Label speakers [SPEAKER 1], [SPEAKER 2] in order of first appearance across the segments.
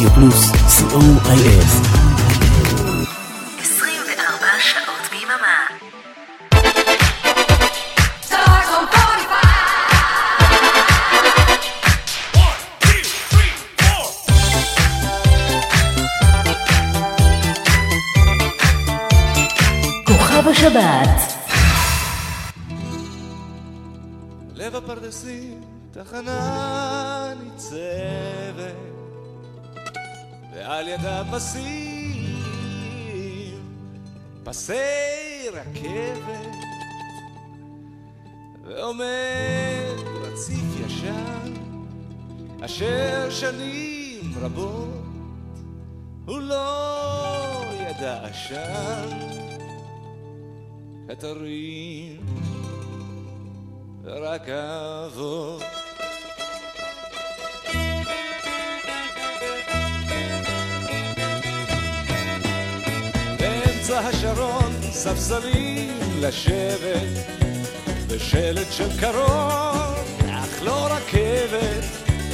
[SPEAKER 1] רדיו פלוס, COIF.
[SPEAKER 2] 24 שעות ביממה.
[SPEAKER 1] כוכב השבת.
[SPEAKER 3] לב הפרדסים תחנה ניצבת ועל ידה פסי רכבת ועומד רציף ישן אשר שנים רבות הוא לא ידע עשן חתרים רכבות באמצע השרון ספסלים לשבת בשלט של קרון אך לא רכבת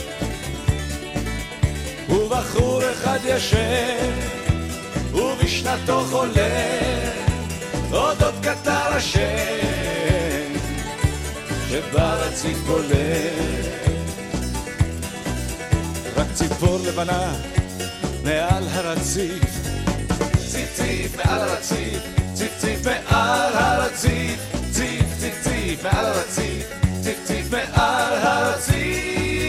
[SPEAKER 3] ובחור אחד ישן ובשנתו חולה אודות קטר השם שבא רציף בולט רק ציפור לבנה מעל הרציף ציף ציף מעל הרציף ציף ציף מעל הרציף ציף ציף ציף מעל הרציף ציף ציף מעל הרציף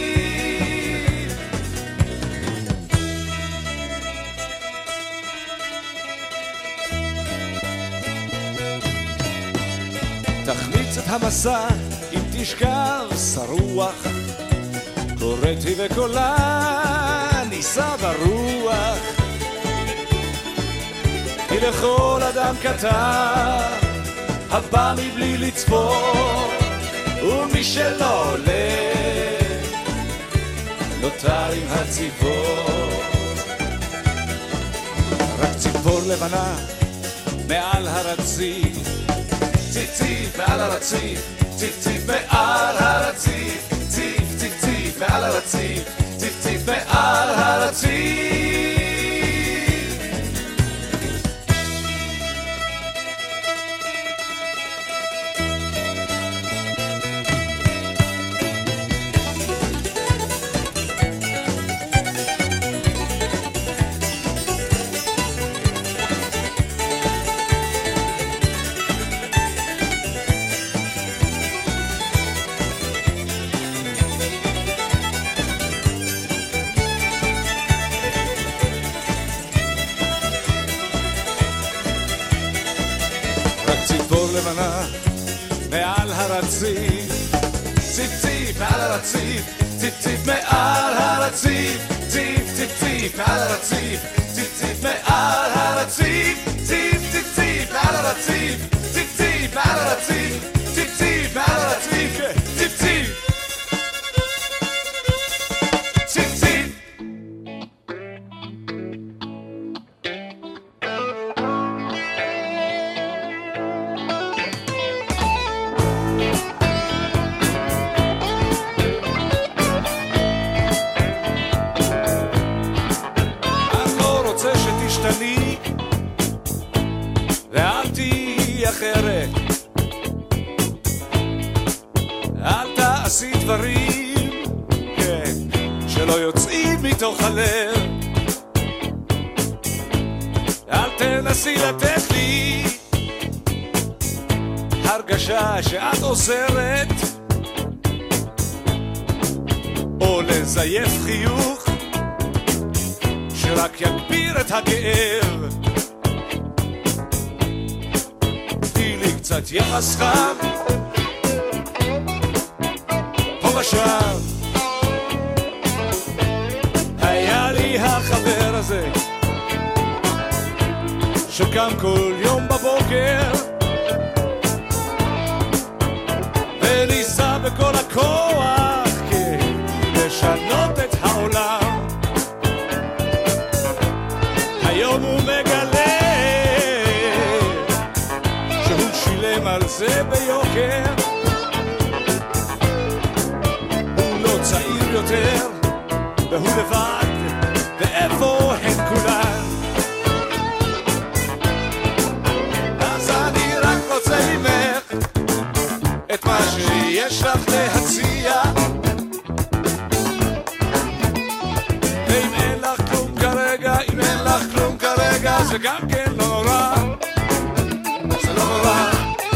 [SPEAKER 3] תחמיץ את המסע אם תשכב שרוח קוראתי וקולה ניסה ברוח כי לכל אדם קטן הבא מבלי לצפות ומי שלא עולה נותר עם הציפור רק ציפור לבנה מעל הרציף ציף ציף מעל הרציף ציף ציף מעל הרציף ציף ציף ציף מעל הרציף ציף ציף מעל הרציף מעל הרציף ציף ציף מעל הרציף ציף ציף מעל הרציף ציף ציף ציף מעל הרציף ציף ציף מעל הרציף ציף ציף ציף מעל הרציף ציף ציף מעל הרציף ציף ציף מעל הרציף ציף ציף אחרת אל תעשי דברים שלא יוצאים מתוך הלב אל תנסי לתת לי הרגשה שאת עוזרת או לזייף חיוך שרק יגביר את הכאב קצת יחס חם פה ושם היה לי החבר הזה שקם כל יום בבוקר וניסה בכל הכוח לשנות את העולם היום הוא מגלה על זה ביוקר הוא לא צעיר יותר והוא לבד ואיפה את מה שיש לך להציע. אם אין לך כלום כרגע, אם אין לך כלום כרגע, זה גם כן לא נורא, זה לא נורא,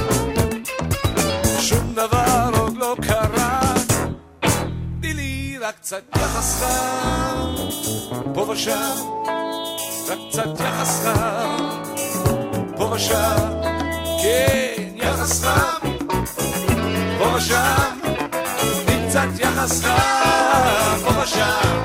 [SPEAKER 3] שום דבר עוד לא קרה. תני לי רק קצת יחס חם פה ושם, רק קצת יחס חם פה ושם, כן יחס חם פה ושם, תני קצת יחס חם פה ושם.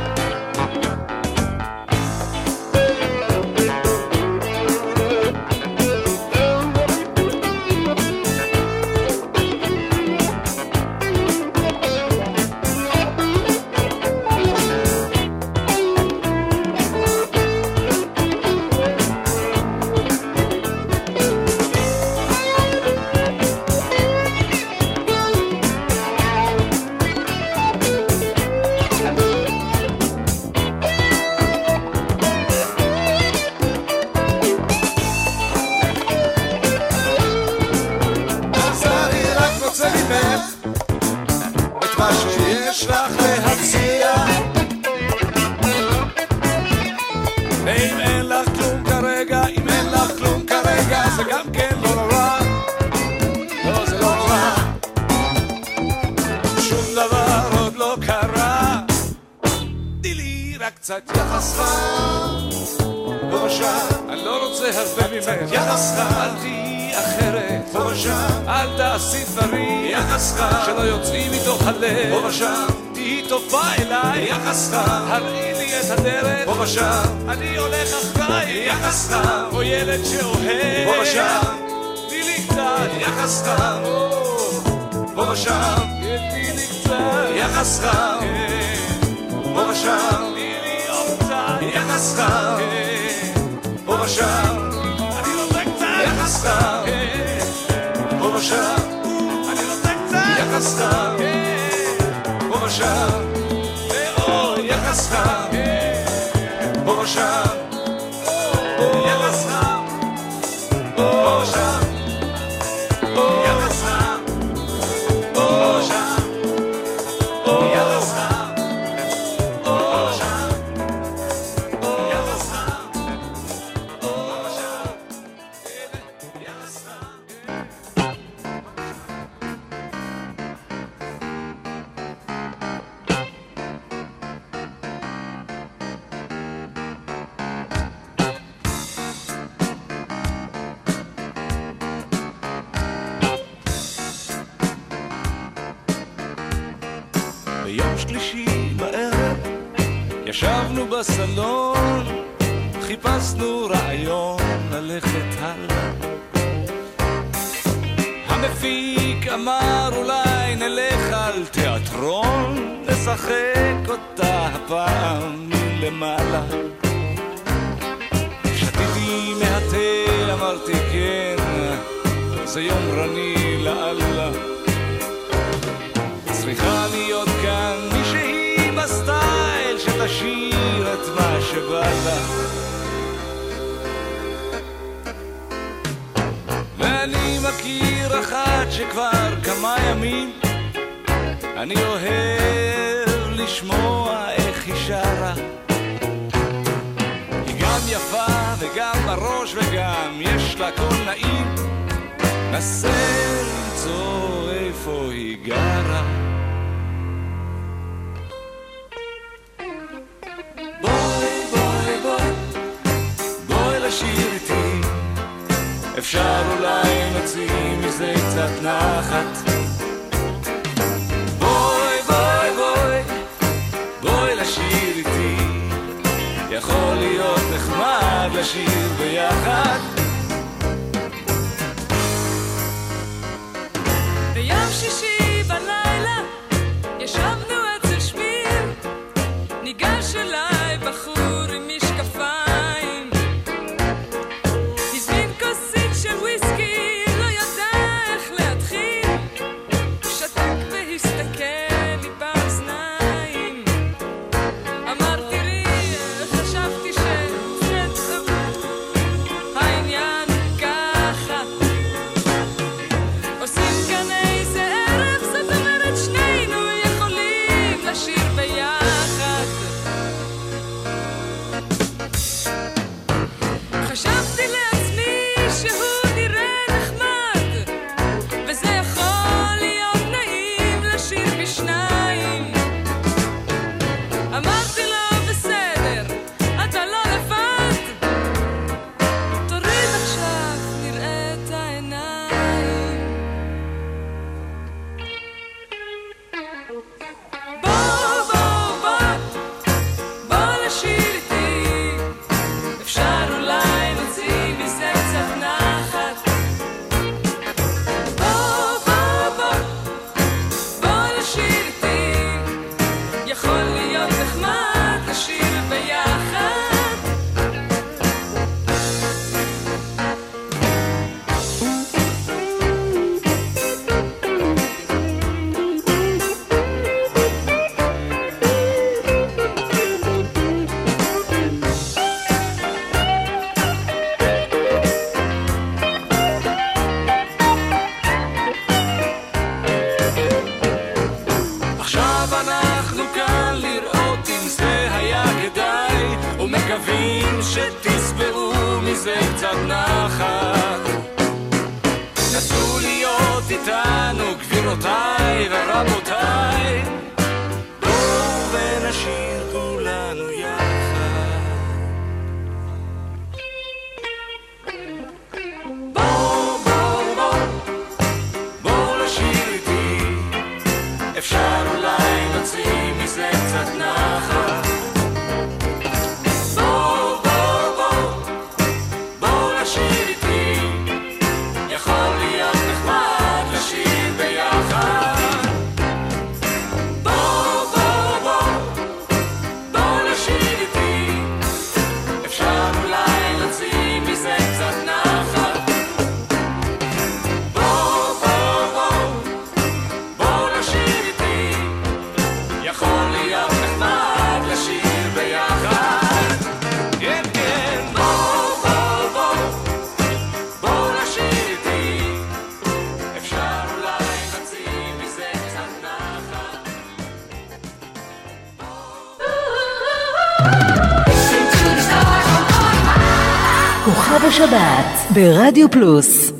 [SPEAKER 3] קצת יחס חם בראשם, אני לא רוצה הרבה ממך, יחס חם, אל תהי אחרת בראשם, אל תעשי דברים יחס חם שלא יוצאים מתוך הלב בראשם, תהי טובה אליי יחס חם, הראי לי את הדרך בראשם, אני הולך אחריי יחס חם, או ילד שאוהב בראשם, תהי לי קצת יחס חם בראשם, תהי לי קצת יחס חם בראשם, יחס חם פה ושם, אני רוצה קצת יחס חם פה ושם, אני רוצה קצת יחס חם פה ושם, יחס חם פה ושם, יחס חם פה ושם, יחס חם פה ושם, יחס חם ביום שלישי בערב ישבנו בסלון, חיפשנו רעיון ללכת הלאה. המפיק אמר אולי נלך על תיאטרון, נשחק אותה הפעם מלמעלה. שתיתי מהתה, אמרתי כן, זה יומרני לאללה. צריכה להיות כאן מישהי בסטייל שתשאיר את מה שבא לה, ואני מכיר אחת שכבר כמה ימים אני אוהב לשמוע איך היא שרה. היא גם יפה וגם בראש וגם יש לה קול נעים, נסה למצוא איפה היא גרה. בואי לשיר איתי, אפשר אולי נוציא מזה קצת נחת. בואי לשיר איתי, יכול להיות נחמד לשיר ביחד.
[SPEAKER 4] ביום שישי בלילה ישבנו אצל שמיר, ניגש אליי בחור עם משקפיים, הזמין כוסית של וויסקי, לא ידע איך להתחיל, שתק והסתכל לי באוזניים. אמרתי לי, חשבתי שזה טוב,
[SPEAKER 3] גבירותיי ורבותיי, בואו ונשיר כולנו יחד. בואו, בואו, בואו, בואו לשיר איתי, אפשר אולי נוציא מזה קצת נחת. בואו, בואו, בואו, בואו לשיר איתי, יכול להיות נחמד לשיר ביחד. בואו, בואו, בואו, בואו לשיר איתי, אפשר אולי להוציא מזה קצת נחת. בואו, בואו, בואו, בואו לשיר איתי, יכול להיות נחמד לשיר ביחד. כן, כן, בואו, בואו, בואו, בואו לשיר איתי, אפשר אולי להוציא מזה קצת נחת.
[SPEAKER 1] כוכב השבת ברדיו פלוס.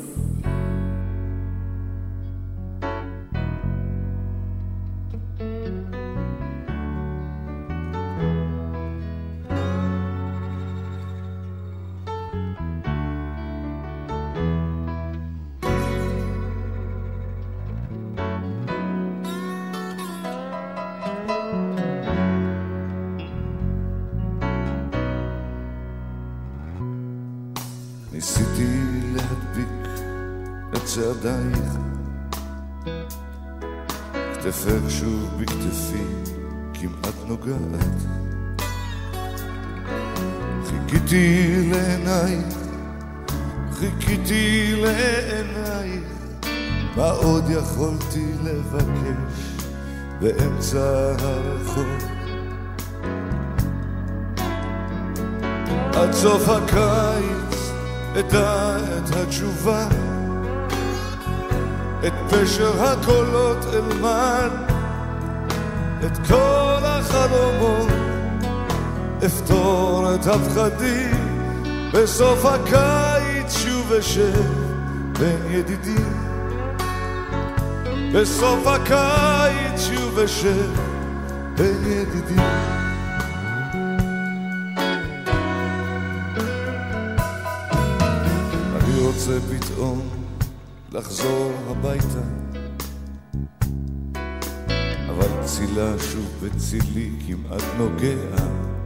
[SPEAKER 3] ניסיתי להדביק את צעדייך, כתפך שוב בכתפי כמעט נוגעת. חיכיתי לעינייך, חיכיתי לעינייך, מה עוד יכולתי לבקש באמצע הרחוב. עד סוף הקיץ אדע את התשובה, את פשר הקולות אלמד, את כל החלומות אפתור את הפחדים. בסוף הקיץ שוב אשב בין ידידים, בסוף הקיץ שוב אשב בין ידידים. אני רוצה פתאום לחזור הביתה, אבל צילה שוב בצילי כמעט נוגע.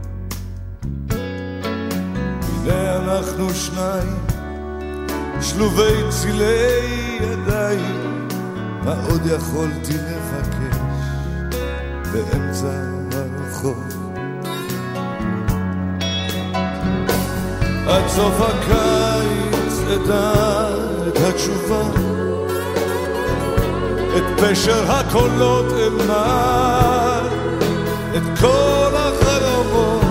[SPEAKER 3] הנה אנחנו שניים, שלובי צילי ידיים, מה עוד יכולתי לבקש באמצע הרחוב. עד סוף הקיץ אדע את התשובה, את פשר הקולות אלמד, את כל החלומות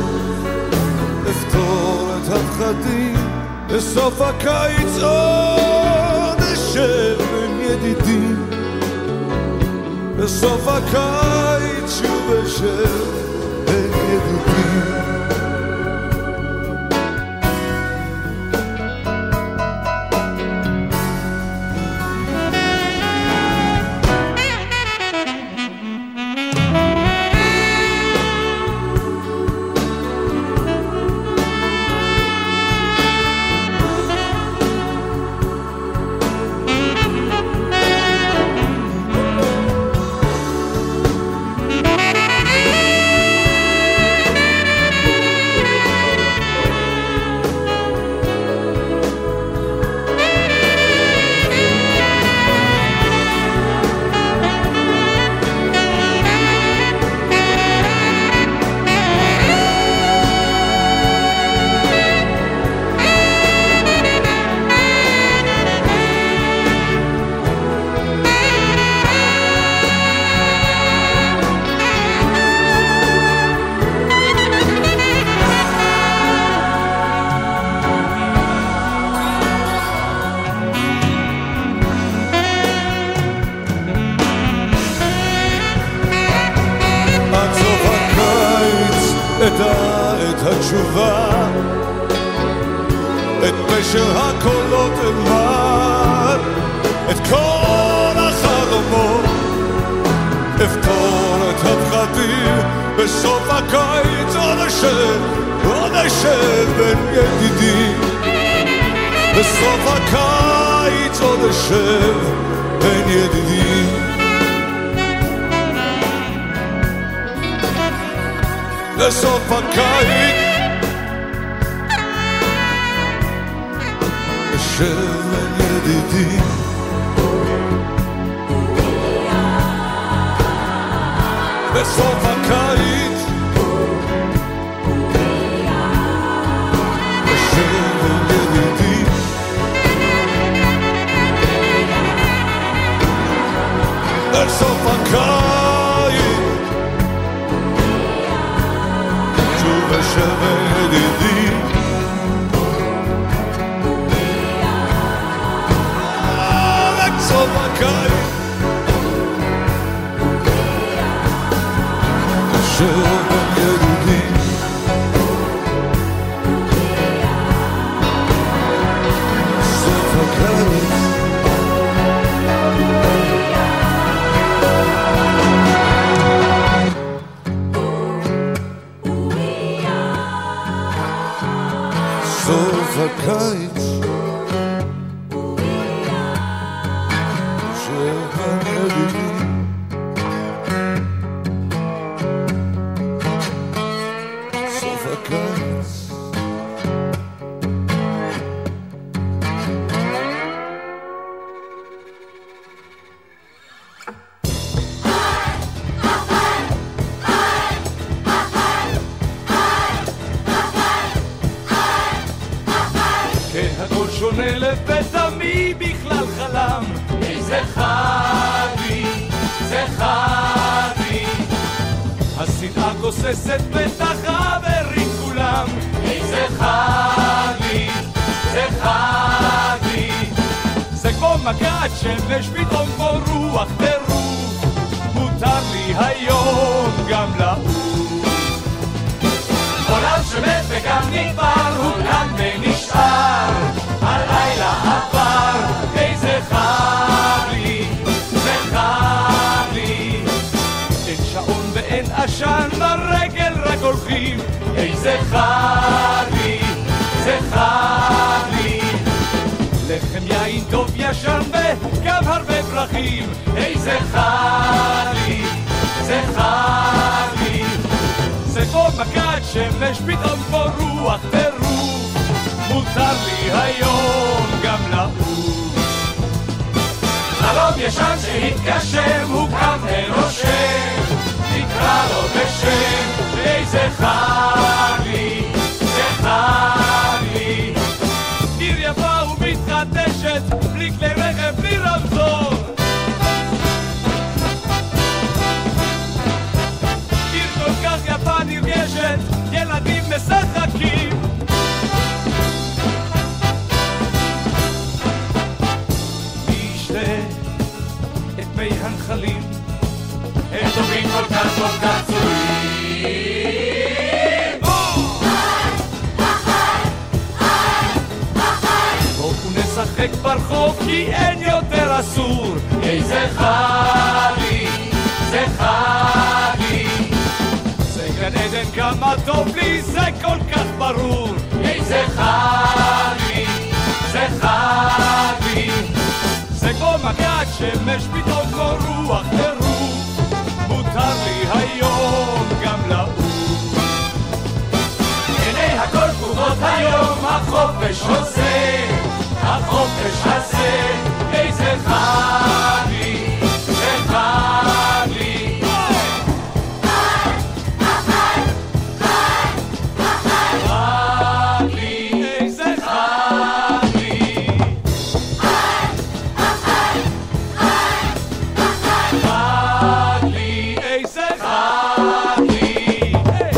[SPEAKER 3] אפתור את הפחדים. בסוף הקיץ עוד אשב בין ידידים, בסוף הקיץ שוב אשב בין ידידים. אדע את התשובה, את פשר הקולות אלמד, את כל החלומות אפתור את הפחדים בסוף הקיץ עוד אשב בין ידידים בסוף הקיץ עוד אשב בין ידידים בסוף הקיץ אשב בין ידידים בסוף הקיץ אשב בין ידידים בסוף הקיץ שוב אשב בין ידידים בסוף הקיץ אשב בין ידידים בסוף הקיץ סוף הקיץ
[SPEAKER 5] גוססת בטח חברים כולם איזה חג לי, זה חג לי זה כמו מכת שמש פתאום כמו רוח טירוף מותר לי היום גם לעוף עולם שמת וגם נגמר הוא כאן ונשאר הלילה עבר איזה חג לי, זה חג לי אין שעון ואין עשן ברגל רק הולכים איזה חג לי, זה חג לי לחם יין טוב ישן וגם הרבה פרחים איזה חג לי, זה חג לי זה כמו מכת שמש פתאום כמו רוח טירוף מותר לי היום גם לעוף חלום ישן שהתגשם הוא קם ונושם נקרא לו בשם איזה חג לי, זה חג לי עיר יפה ומתחדשת בלי כלי רכב, בלי רמזור עיר כל כך יפה נרגשת ילדים משחקים נשתה את מי הנחלים הם טובים כל כך כל כך צורים בואו נשחק ברחוב כי אין יותר אסור איזה חג לי, זה חג לי זה גן עדן כמה טוב לי זה כל כך ברור איזה חג לי, זה חג לי זה כמו מכת שמש פתאום כמו רוח טירוף מותר לי היום גם לעוף עיני הכל פקוחות היום החופש עושה החופש הזה איזה חג לי, זה חג לי חג לי, איזה חג לי חג לי, איזה חג לי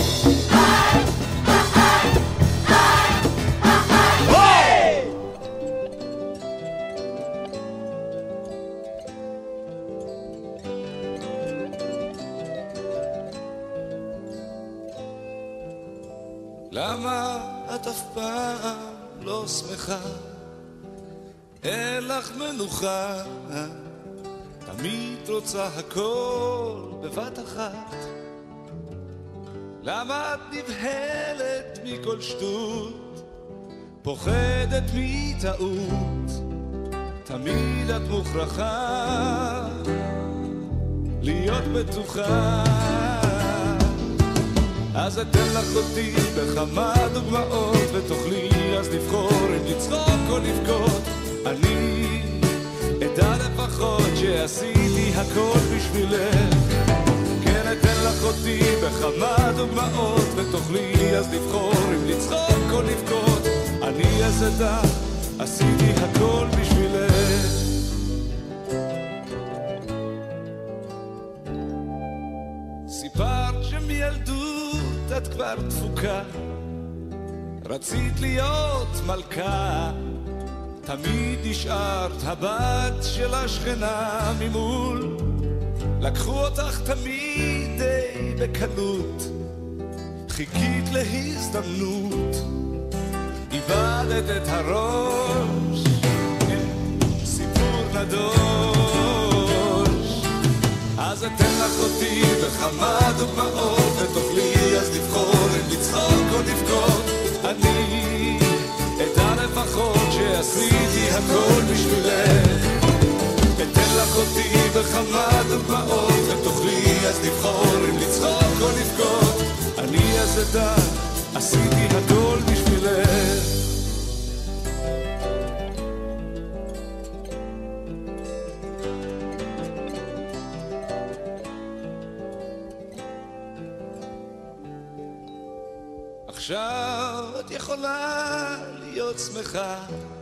[SPEAKER 3] למה את אף פעם לא שמחה אין לך מנוחה תמיד רוצה הכל בבת אחת. למה את נבהלת מכל שטות, פוחדת מטעות, תמיד את מוכרחה להיות בטוחה. אז אתן לך אותי בכמה דוגמאות ותוכלי אז לבחור אם לצחוק או לבכות. אני אדע לפחות שעשיתי הכל בשבילך. כן, אתן לך אותי בכמה דוגמאות ותוכלי אז לבחור אם לצחוק או לבכות. אני אז אדע, עשיתי הכל בשבילך. סיפרת שמילדות את כבר דפוקה, רצית להיות מלכה, תמיד נשארת הבת של השכנה ממול. לקחו אותך תמיד די בקלות, חיכית להזדמנות, איבדת את הראש, סיפור נדוש. אז אתן לך אותי בכמה דוגמאות ותוכלי אז לבחור אם לצחוק או לבכות. אני אדע לפחות שעשיתי הכל בשבילך. אתן לך אותי בכמה דוגמאות ותוכלי אז לבחור אם לצחוק או לבכות. אני אז אדע, עשיתי הכל בשבילך. עכשיו את יכולה להיות שמחה,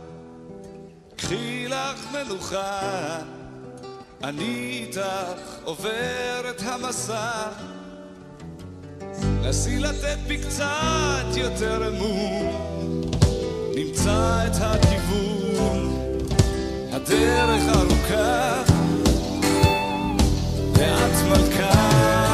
[SPEAKER 3] קחי לך מנוחה, אני איתך עובר את המסע. נסי לתת בי קצת יותר אמון, נמצא את הכיוון, הדרך ארוכה ואת מלכה.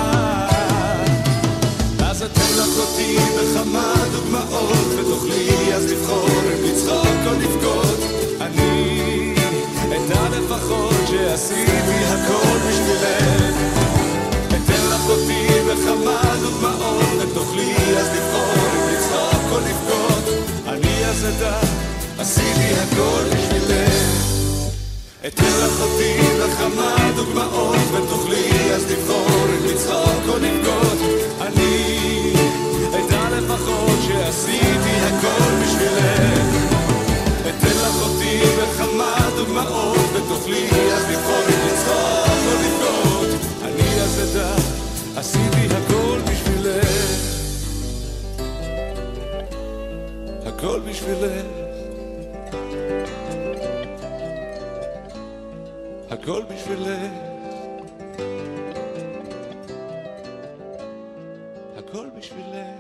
[SPEAKER 3] אז אתן לך אותי בכמה דוגמאות ותוכלי אז לבחור אם לצחוק או לבכות. אני אדע לפחות שעשיתי הכל בשבילך. אתן לך אותי בכמה דוגמאות ותוכלי אז לבחור אם לצחוק או לבכות. אני אז אדע, עשיתי הכל בשבילך. אתן לך אותי בכמה דוגמאות ותוכלי אז לבחור אם לצחוק או לבכות. אני אדע לפחות שעשיתי הכל בשבילך. אתן לך אותי בכמה דוגמאות ותוכלי אז לבחור אם לצחוק או לבכות. אני אז אדע, עשיתי הכל בשבילך. הכל בשבילך. הכל בשבילך. הכל בשבילך.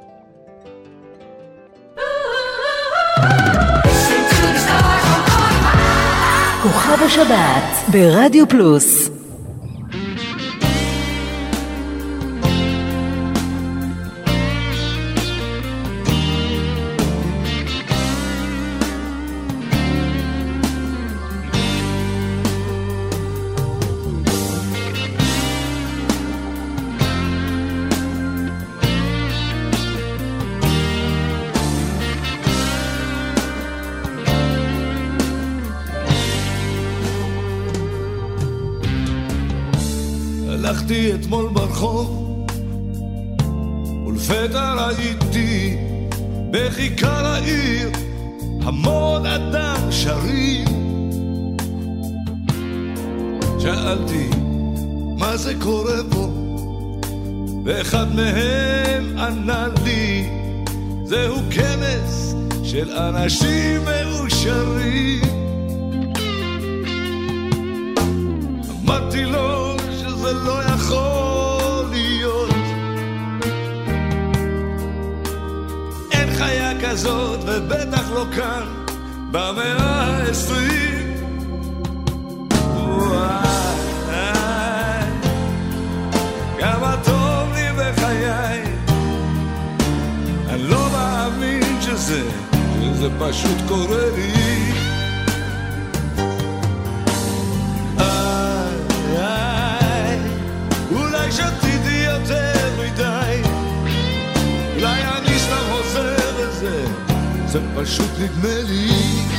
[SPEAKER 1] כוכב השבת ברדיו פלוס.
[SPEAKER 3] הלכתי אתמול ברחוב ולפתע ראיתי בכיכר העיר המון אדם שרים. שאלתי מה זה קורה פה ואחד מהם ענה לי זהו כנס של אנשים מאושרים. אמרתי לו זה לא יכול להיות, אין חיה כזאת ובטח לא כאן במאה ה-20. כמה טוב לי בחיי, אני לא מאמין שזה פשוט קורה לי. אולי שתיתי יותר מדי, אולי אני סתם חוזר לזה, זה פשוט נדמה לי.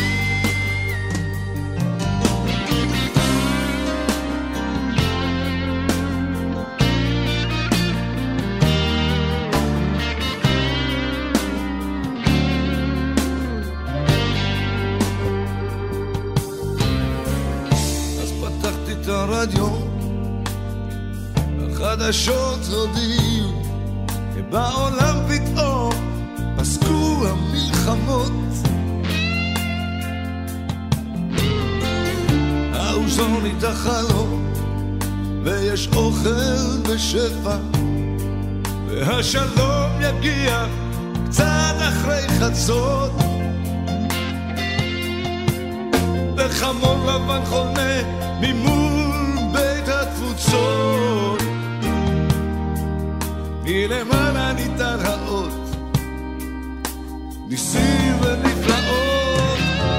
[SPEAKER 3] הרדיו, החדשות הודיעו כי בעולם פתאום פסקו המלחמות, האוזון איתה חלום ויש אוכל בשפע, והשלום יגיע קצת אחרי חצות, וחמור לבן חונה ממול בית התפוצות, מלמעלה ניתן האות ניסים ונפלאות.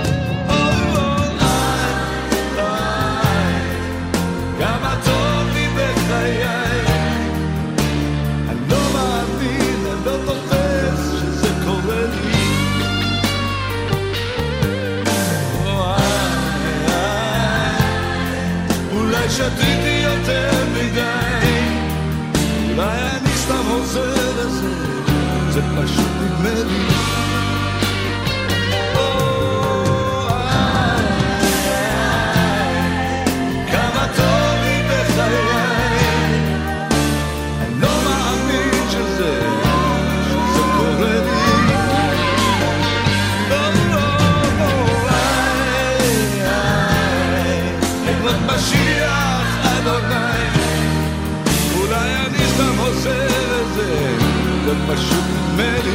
[SPEAKER 3] כמה טוב לי בחיי, אני לא מאמין, אני לא תופס שזה קורה לי. אולי שתיתי יותר מדי, אולי אני סתם חוזר לזה, זה פשוט נדמה לי. כמה טוב לי בחיי, אני לא מאמין שזה קורה לי. לקנות משיח אדוני, אולי אני סתם חוזר לזה, זה פשוט נדמה לי.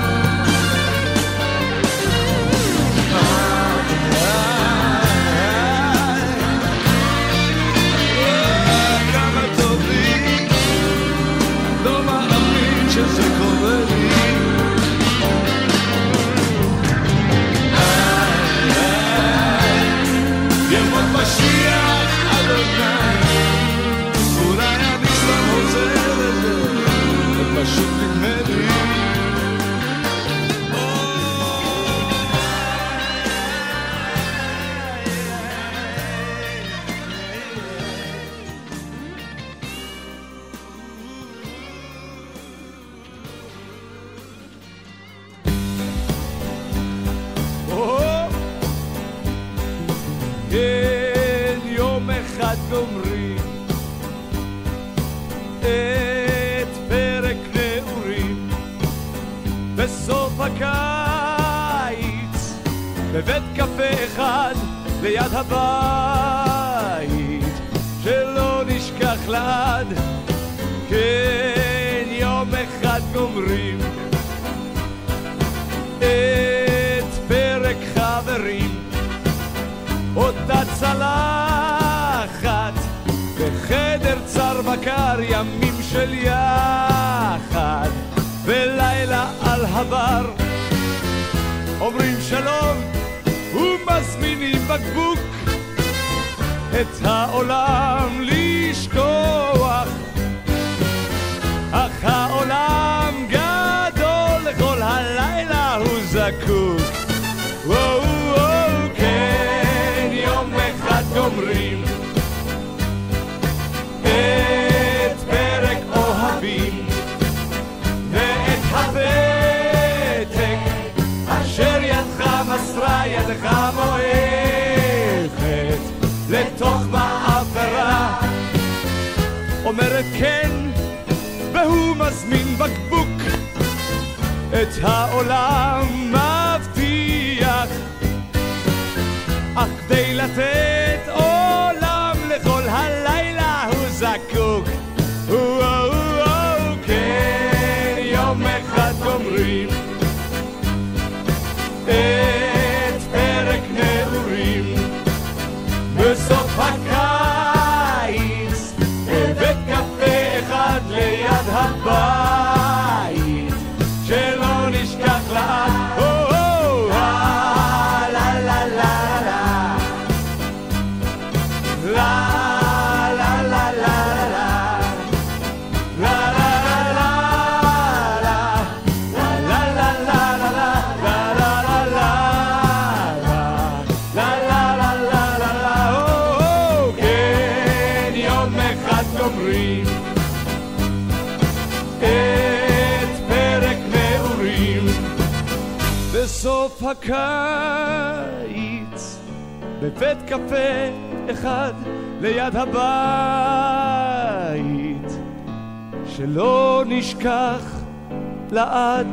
[SPEAKER 3] כמה טוב לי, לא מאמין שזה קורה לי. ימות משיח אדוני, אולי אני סתם חוזר לזה, זה פשוט נדמה לי. כן, יום אחד גומרים את פרק נעורים בסוף הקיץ, בבית קפה אחד ליד הבית, שלא נשכח לעד. כן, יום אחד גומרים את פרק חברים, אותה צלחת בחדר צר בקר, ימים של יחד ולילה על הבר, אומרים שלום ומזמינים בקבוק, את העולם לשכוח, אך העולם גדול, לכל הלילה הוא זקוק. וואו וואו, כן, יום אחד גומרים את פרק אוהבים, ואת הפתק אשר ידך מסרה, ידך מואכת לתוך מעברה, אומרת כן והוא מזמין בקבוק, את העולם מבטיח, אך כדי לתת עולם לכל הלילה הוא זקוק. וואו וואו, כן, יום אחד גומרים את פרק נעורים בסוף הקיץ, בבית קפה אחד ליד הבית, שלא נשכח לעד. La la la la la
[SPEAKER 5] בסוף הקיץ בבית קפה אחד ליד הבית שלא נשכח לעד.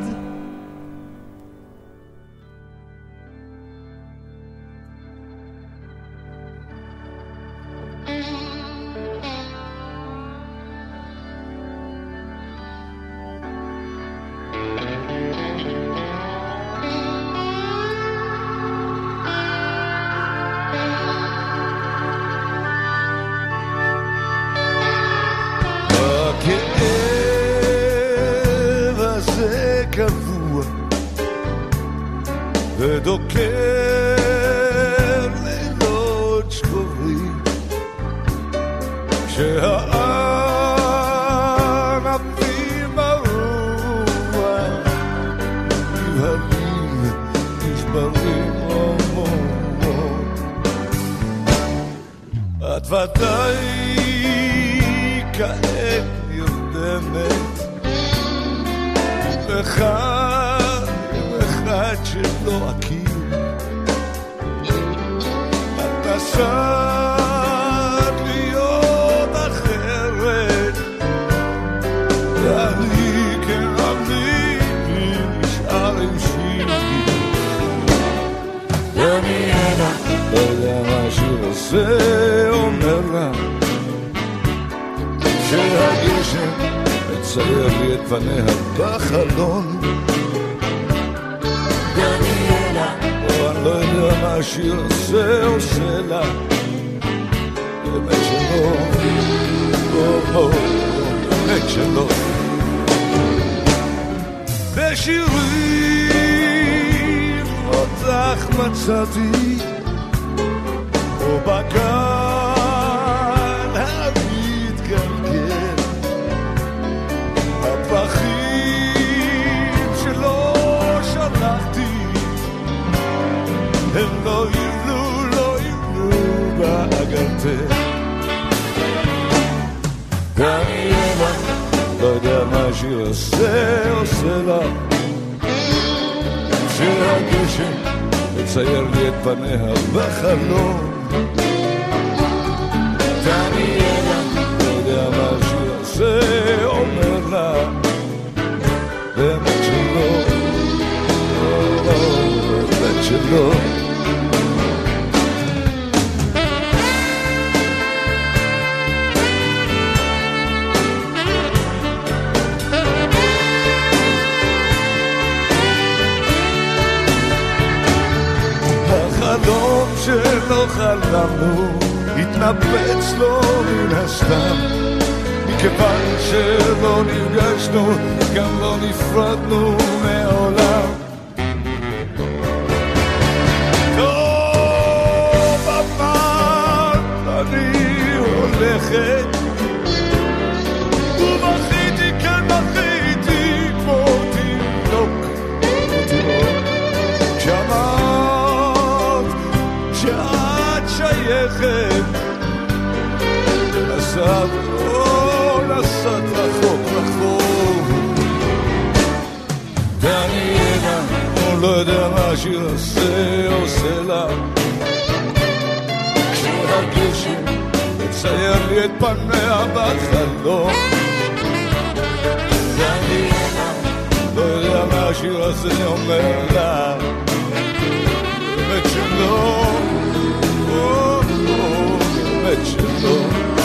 [SPEAKER 3] ודוקר לילות שחורים כשהענפים ברוח נבהלים נשברים עמוק. את ודאי כעת נרדמת לך אחד שלא אכיר. את נסעת להיות אחרת ואני כעמי נשאר עם שירי. ואני הנה לא יודע מה השיר הזה אומר לה שהגשם מצייר לי את פניה בחלון. אני לא יודע מה השיר הזה עושה לה באמת שלא, באמת שלא. בשירים אותך מצאתי או בגן המתגלגל הפחים שלא שלחתי הם לא יבלו בעגלתך. ואני לא יודע מה השיר הזה עושה לה שהגשם מצייר לי את פניה בחלום. ואני לא יודע מה השיר הזה אומר לה באמת שלא, באמת שלא. החלום שלא חלמנו התנפץ לו מן הסתם מכיוון שלא נפגשנו גם לא נפרדנו מעולם. טוב אמרת אני הולכת ובכיתי כן בכיתי כמו תינוק כשאמרת שאת שייכת נסעת נסעת רחוק רחוק. ואני לא יודע מה השיר הזה עושה לה כשהגשם מצייר לי את פניה בחלום. ואני לא יודע מה השיר הזה אומר לה באמת שלא, באמת שלא.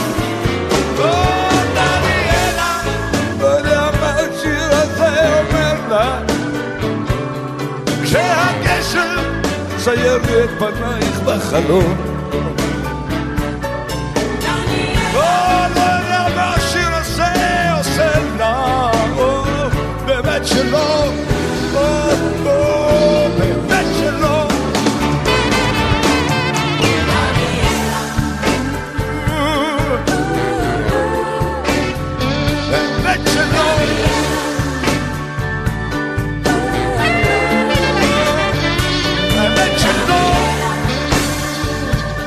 [SPEAKER 3] לא יודע מה השיר הזה אומר לה כשהגשם מצייר לי את פנייך בחלום. לא יודע מה השיר הזה עושה לה באמת שלא, באמת שלא. באמת שלא. באמת שלא.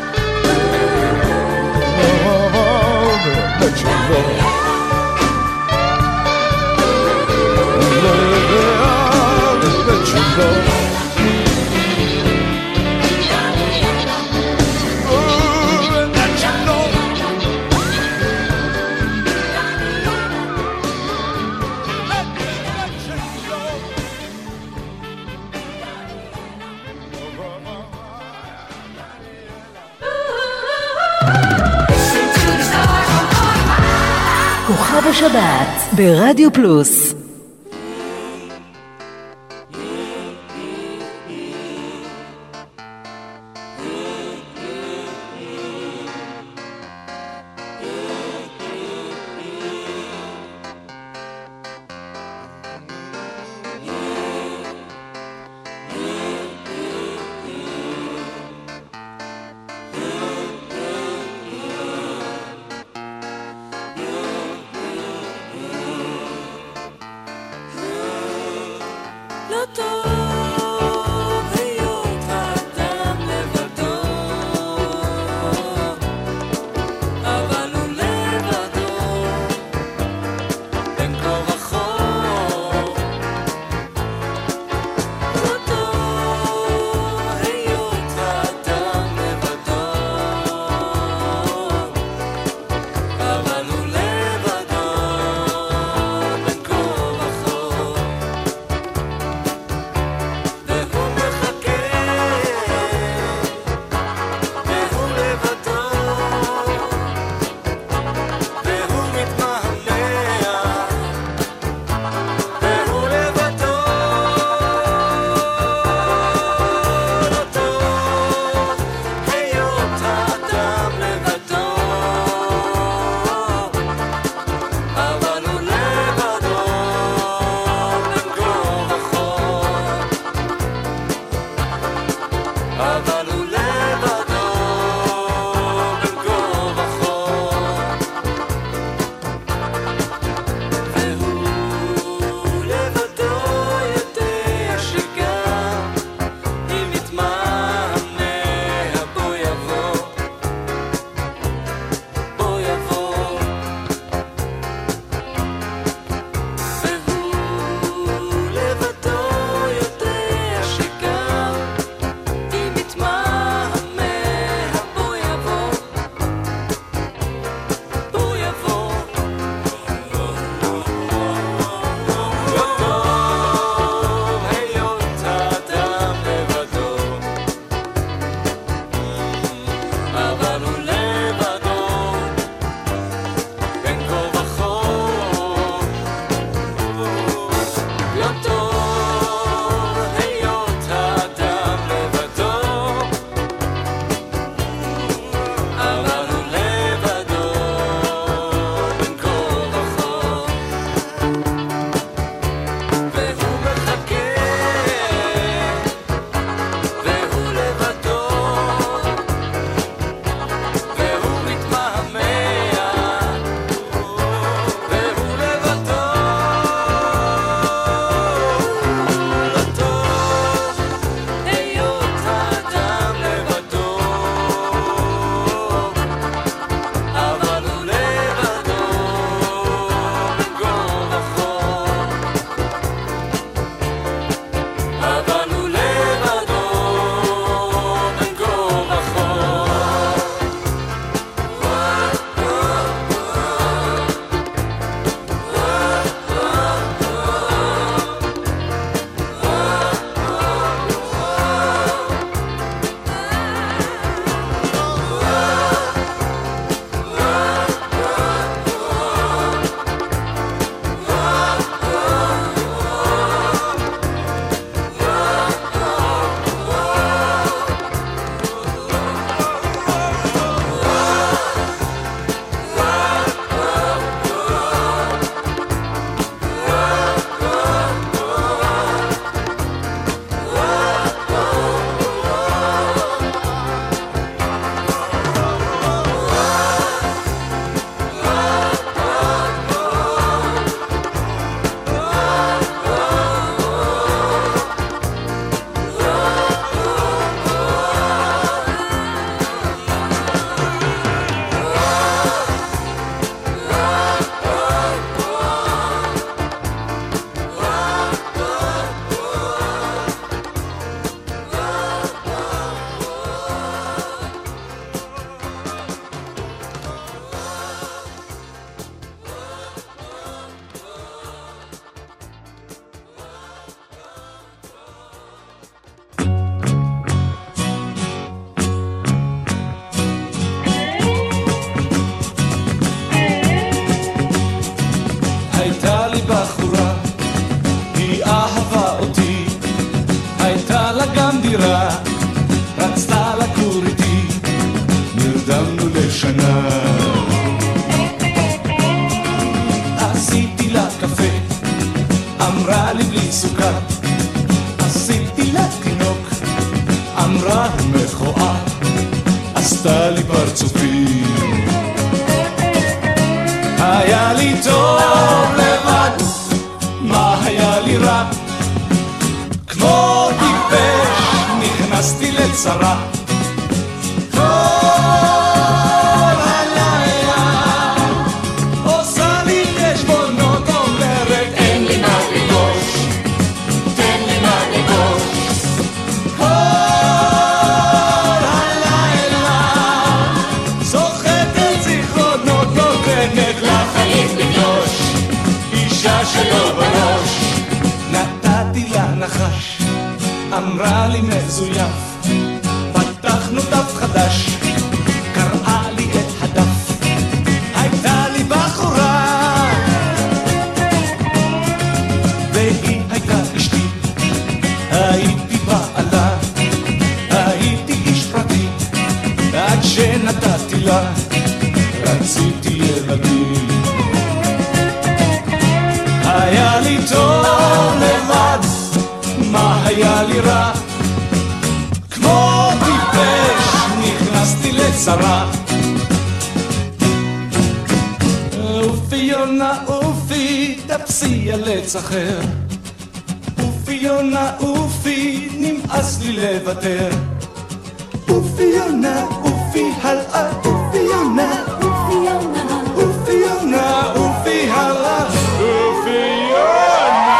[SPEAKER 1] כוכב השבת ברדיו פלוס.
[SPEAKER 3] דירה, רצתה לגור איתי, נרדמנו לשנה. עשיתי לה קפה, אמרה לי בלי סוכר, עשיתי לה תינוק, אמרה מכוער, עשתה לי פרצופים. היה לי טוב לבד, מה היה לי רע? כמו טיפש נכנסתי לצרה. כל הלילה עושה לי חשבונות, אומרת אין לי מה לגוש, תן לי מה לגוש. כל הלילה זוכרת זיכרונות, נותנת לחיים לגלוש, אישה שלא בראש. נתתי לה נחש, אמרה לי מזויף, פתחנו דף חדש, קראה לי את הדף, הייתה לי בחורה, והיא הייתה אשתי, הייתי בעלה, הייתי איש פרטי, עד שנתתי לה, רציתי ילדים. היה לי טוב לבד, מה היה לי רע? כמו טיפש נכנסתי לצרה. אופי יונה אופי, תפסי על עץ אחר, אופי יונה אופי, נמאס לי לוותר. אופי יונה אופי הלאה, אופי יונה אופי יונה אופי יונה אופי הלאה, אופי יונה.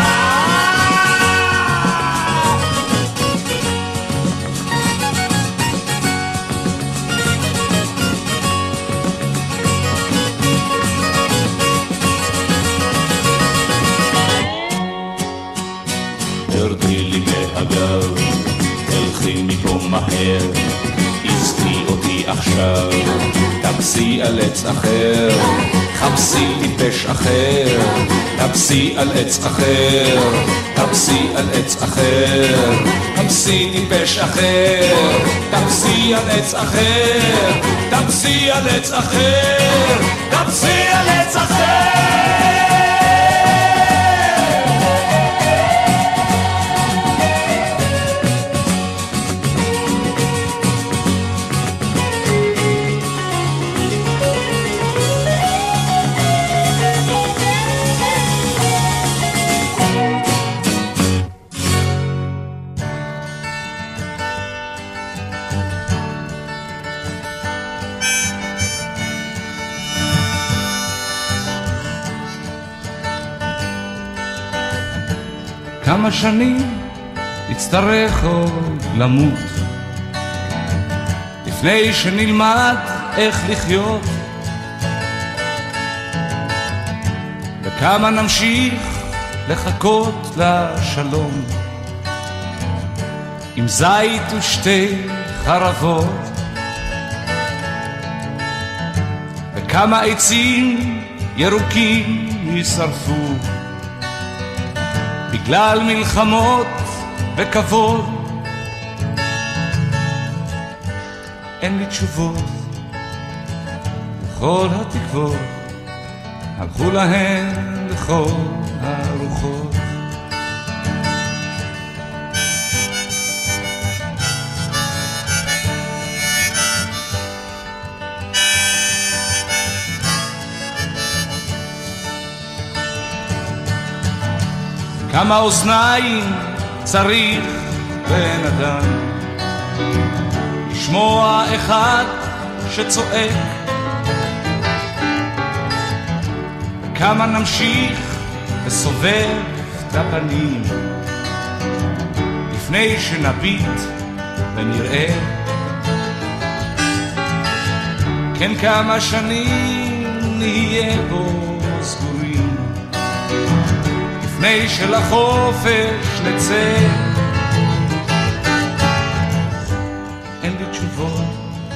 [SPEAKER 3] תרדי לי מהגב, תלכי מפה מהר, עזבי אותי עכשיו, תפסי על עץ אחר, חפשי טיפש אחר, תפסי על עץ אחר, תפסי על עץ אחר, תפסי טיפש אחר, תפסי על עץ אחר, תפסי על עץ אחר, תפסי על עץ אחר.
[SPEAKER 5] כמה שנים יצטרך עוד למות לפני שנלמד איך לחיות, וכמה נמשיך לחכות לשלום עם זית ושתי חרבות, וכמה עצים ירוקים יישרפו בגלל מלחמות וכבוד. אין לי תשובות, וכל התקוות הלכו להן לכל הרוחות. כמה אוזניים צריך בן אדם לשמוע אחד שצועק, וכמה נמשיך לסובב את הפנים לפני שנביט ונראה. כן, כמה שנים נהיה בו סגורים לפני שלחופש נצא. אין לי תשובות,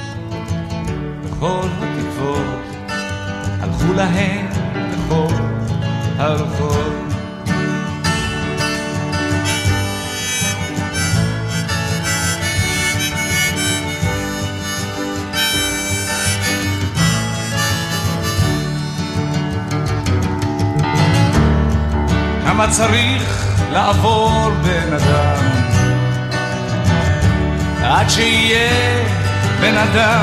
[SPEAKER 5] וכל התקוות הלכו להן לכל הרוחות. כמה צריך לעבור בן אדם עד שיהיה בן אדם,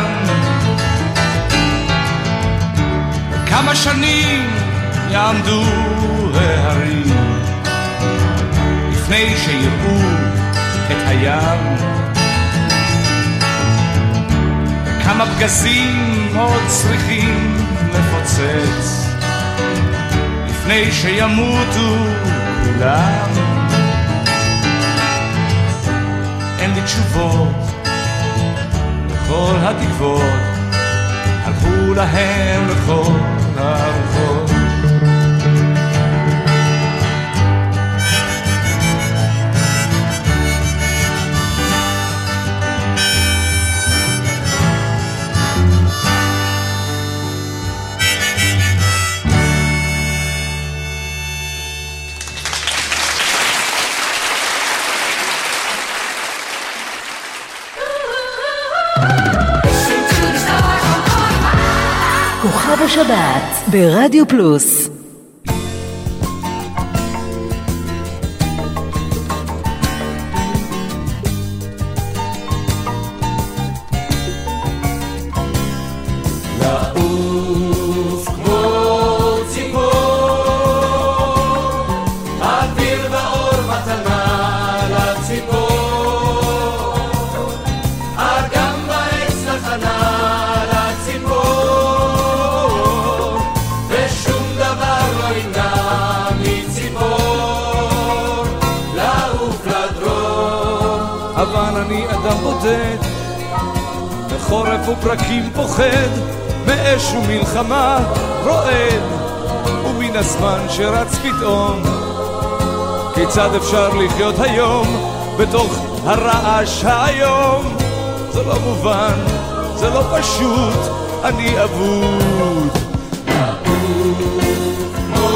[SPEAKER 5] כמה שנים יעמדו ההרים לפני שיראו את הים, כמה פגזים עוד צריכים לפוצץ לפני שימותו כולם. אין לי תשובות לכל התקוות, הלכו להם לכל הרוחות.
[SPEAKER 1] כוכב השבת ברדיו פלוס.
[SPEAKER 3] לעוף כמו ציפור, אוויר ואור מתנה לציפור, אגם בעץ לחנה לציפור, ושום דבר לא ימנע מציפור לעוף לדרום.
[SPEAKER 5] אבל אני אדם בודד, בחורף ופרקים פוחד, מאש ומלחמה רועד, ומן הזמן שרץ פתאום. כיצד אפשר לחיות היום בתוך הרעש היום? זה לא מובן, זה לא פשוט, אני אבוד.
[SPEAKER 3] כמו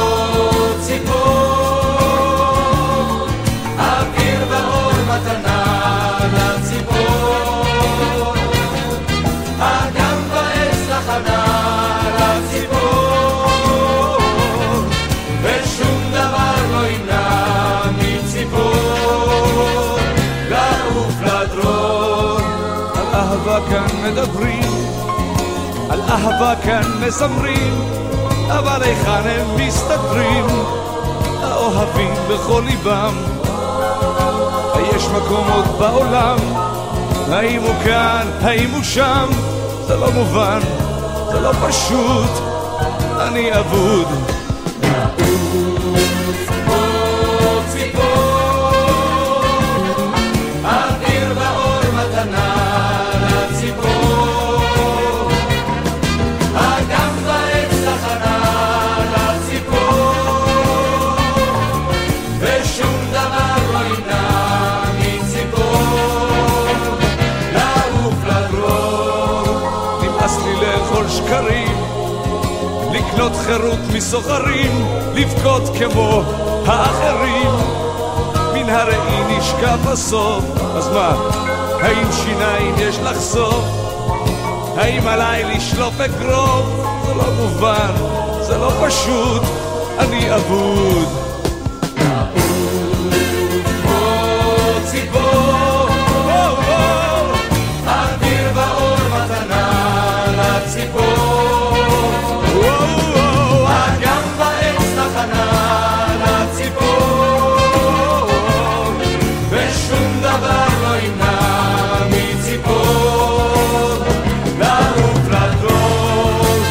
[SPEAKER 3] ציפור, אוויר ואור מתנה לציפור, אגם בעץ לחנה לציפור, ושום דבר לא ימנע מציפור לעוף לדרום.
[SPEAKER 5] על אהבה כאן מדברים, על אהבה כאן מזמרים, אבל היכן הם מסתתרים האוהבים בכל ליבם? היש מקום עוד בעולם? האם הוא כאן? האם הוא שם? זה לא מובן, זה לא פשוט, אני אבוד.
[SPEAKER 3] כמו ציפור, אוויר ואור מתנה לציפור, אגם בעץ לחנה לציפור, ושום דבר לא ימנע מציפור לעוף לדרום.
[SPEAKER 5] נמאס לי לאכול שקרים, לקנות חירות מסוחרים, לבכות כמו האחרים. מן הראי נשקף הסוף, אז מה? האם שיניים יש לחשוף? האם עליי לשלוף אגרוף? זה לא מובן, זה לא פשוט, אני אבוד.
[SPEAKER 3] כמו ציפור, אוויר ואור מתנה לציפור, אגם בעץ לחנה לציפור, ושום דבר לא ימנע מציפור לעוף לדרום.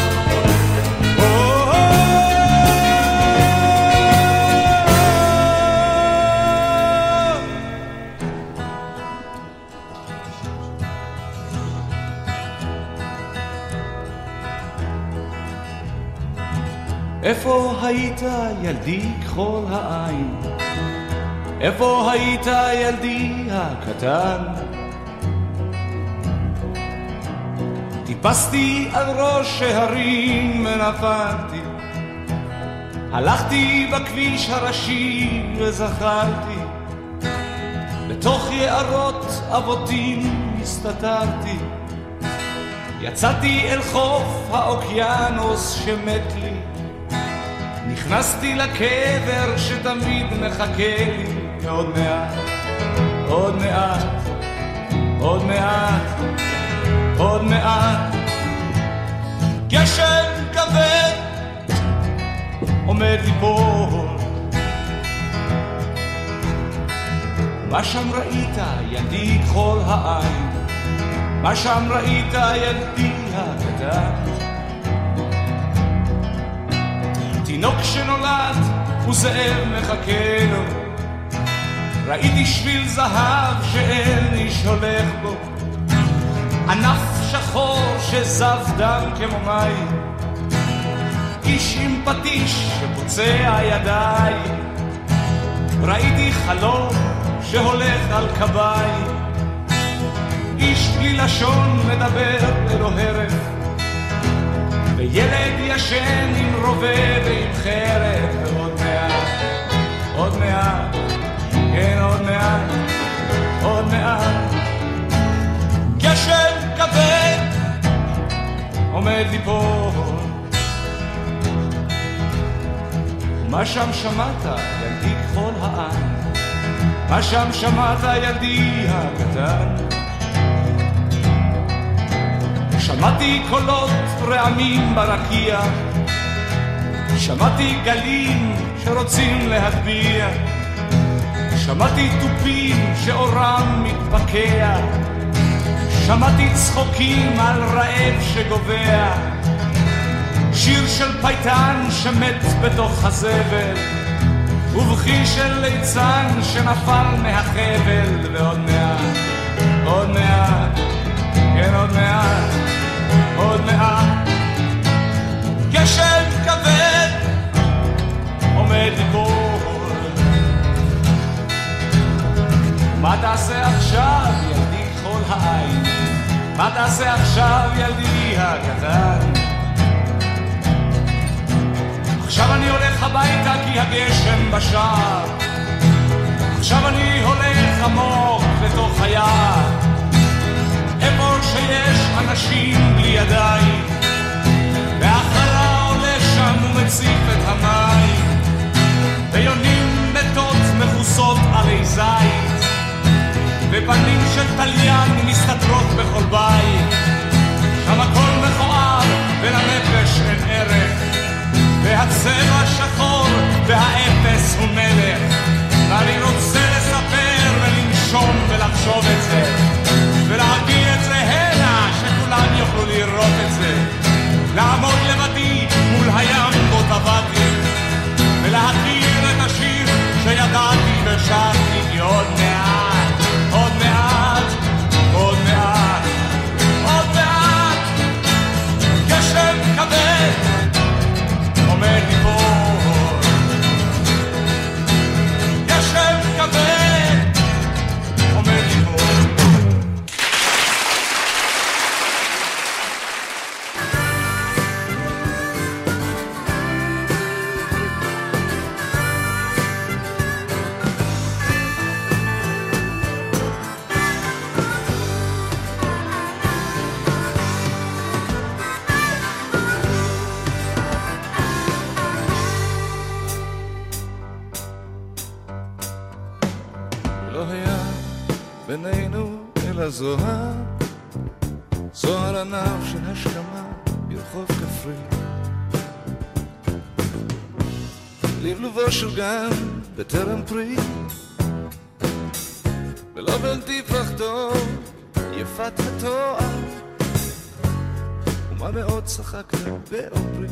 [SPEAKER 5] איפה היית ילדי כחול העין? איפה היית ילדי הקטן? טיפסתי על ראש ההרים ונפלתי, הלכתי בכביש הראשי וזחלתי, בתוך יערות אבותים הסתתרתי, יצאתי אל חוף האוקיינוס שמת לי, נכנסתי לקבר שתמיד מחכה לי, עוד מעט, עוד מעט, עוד מעט, עוד מעט. גשם כבד עומד ליפול, מה שם ראית ילדי כל העין, מה שם ראית ילדי הקטן, תינוק שנולד וזאב מחכה לו, ראיתי שביל זהב שאין איש הולך בו, ענף שחור שזב דם כמו מים, איש עם פטיש שפוצע ידיים, ראיתי חלום שהולך על קביים, איש בלי לשון מדבר ללא הרף, וילד ישן עם רובה ועם חרב, ועוד מעט, עוד מעט, כן עוד מעט, עוד מעט. גשם כבד עומד ליפול, מה שם שמעת ילדי כחול העין, מה שם שמעת ילדי הקטן, שמעתי קולות רעמים ברקיע, שמעתי גלים שרוצים להטביע, שמעתי טופים שאורם מתפקע, שמעתי צחוקים על רעב שגובע, שיר של פייטן שמת בתוך הזבל, ובכי של ליצן שנפל מהחבל, ועוד מעט, עוד מעט, כן עוד מעט, עוד מעט. גשם כבד עומד ליפול, מה תעשה עכשיו ילדי כחול העין, מה תעשה עכשיו ילדי הקטן, עכשיו אני הולך הביתה כי הגשם בשער, עכשיו אני הולך עמוק לתוך היער, איפה שיש אנשים בלי ידיים, והחלה עולה שם ומציף את המים, ויונים מתות מכוסות עלי זית, ופנים של תליין מסתתרות בכל בית, שם הכל מכוער ולנפש אין ערך, והצבע שחור והאפס הוא מלך, ואני רוצה לספר ולנשום ולחשוב את זה, ולהביא את זה הנה שכולם יוכלו לראות את זה, לעמוד לבדי מול הים בו טבעתי, ולהכיר את השיר שידעתי ושרתי, עוד מעט, עוד מעט, עוד מעט, עוד מעט. גשם כבד עומד ליפול, גשם כבד עומד ליפול.
[SPEAKER 3] בינינו אל הזוהר, זוהר ענב של השכמה ברחוב כפרי, לבלובו של גן בטרם פרי, ולא בלתי פחדו יפת התואר, ומה מאוד צחקת באומרי,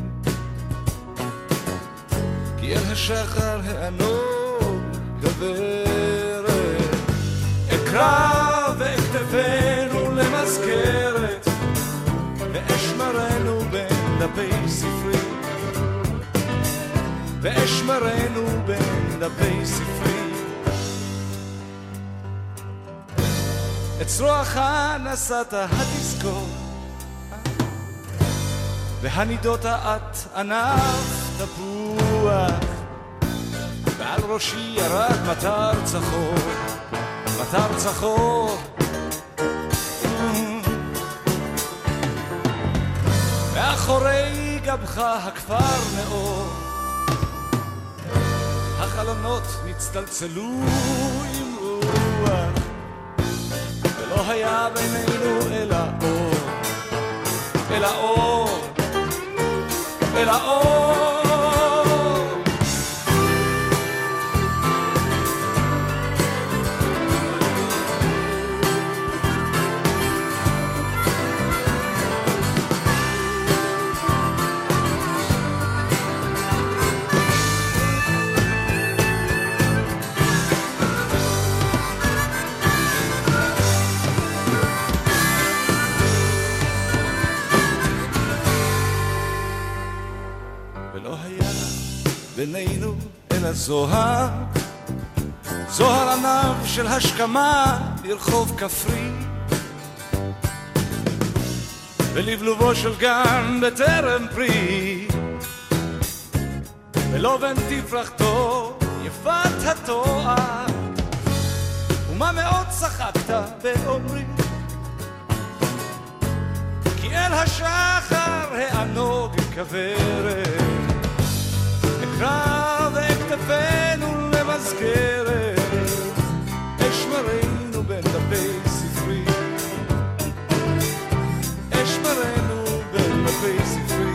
[SPEAKER 3] כי אל השחר הענוג גברת, אקרא ואכתבנו למזכרת, ואשמרנו בין דפי ספרי, ואשמרנו בין דפי ספרי. אצרוח נסעת התזכור, והנידות את ענף תפוח, ועל ראשי ירד מטר צחור, מטר צחור. מאחורי גבך הכפר נאור, החלונות נצטלצלו עם רוח, ולא היה בינינו אלא אור, אלא אור, אלא אור. בינינו אלא זוהר, זוהר ענב של השכמה לרחוב כפרי, ולבלובו של גן בטרם פרי, ולא בן תפרחתו יפת התואר, ומה מאוד צחקת באומרי, כי אל השחר הענוג כברת, אקרא ואכתפנו למזכרת, אשמרנו בין דפי ספרי, אשמרנו בין דפי ספרי,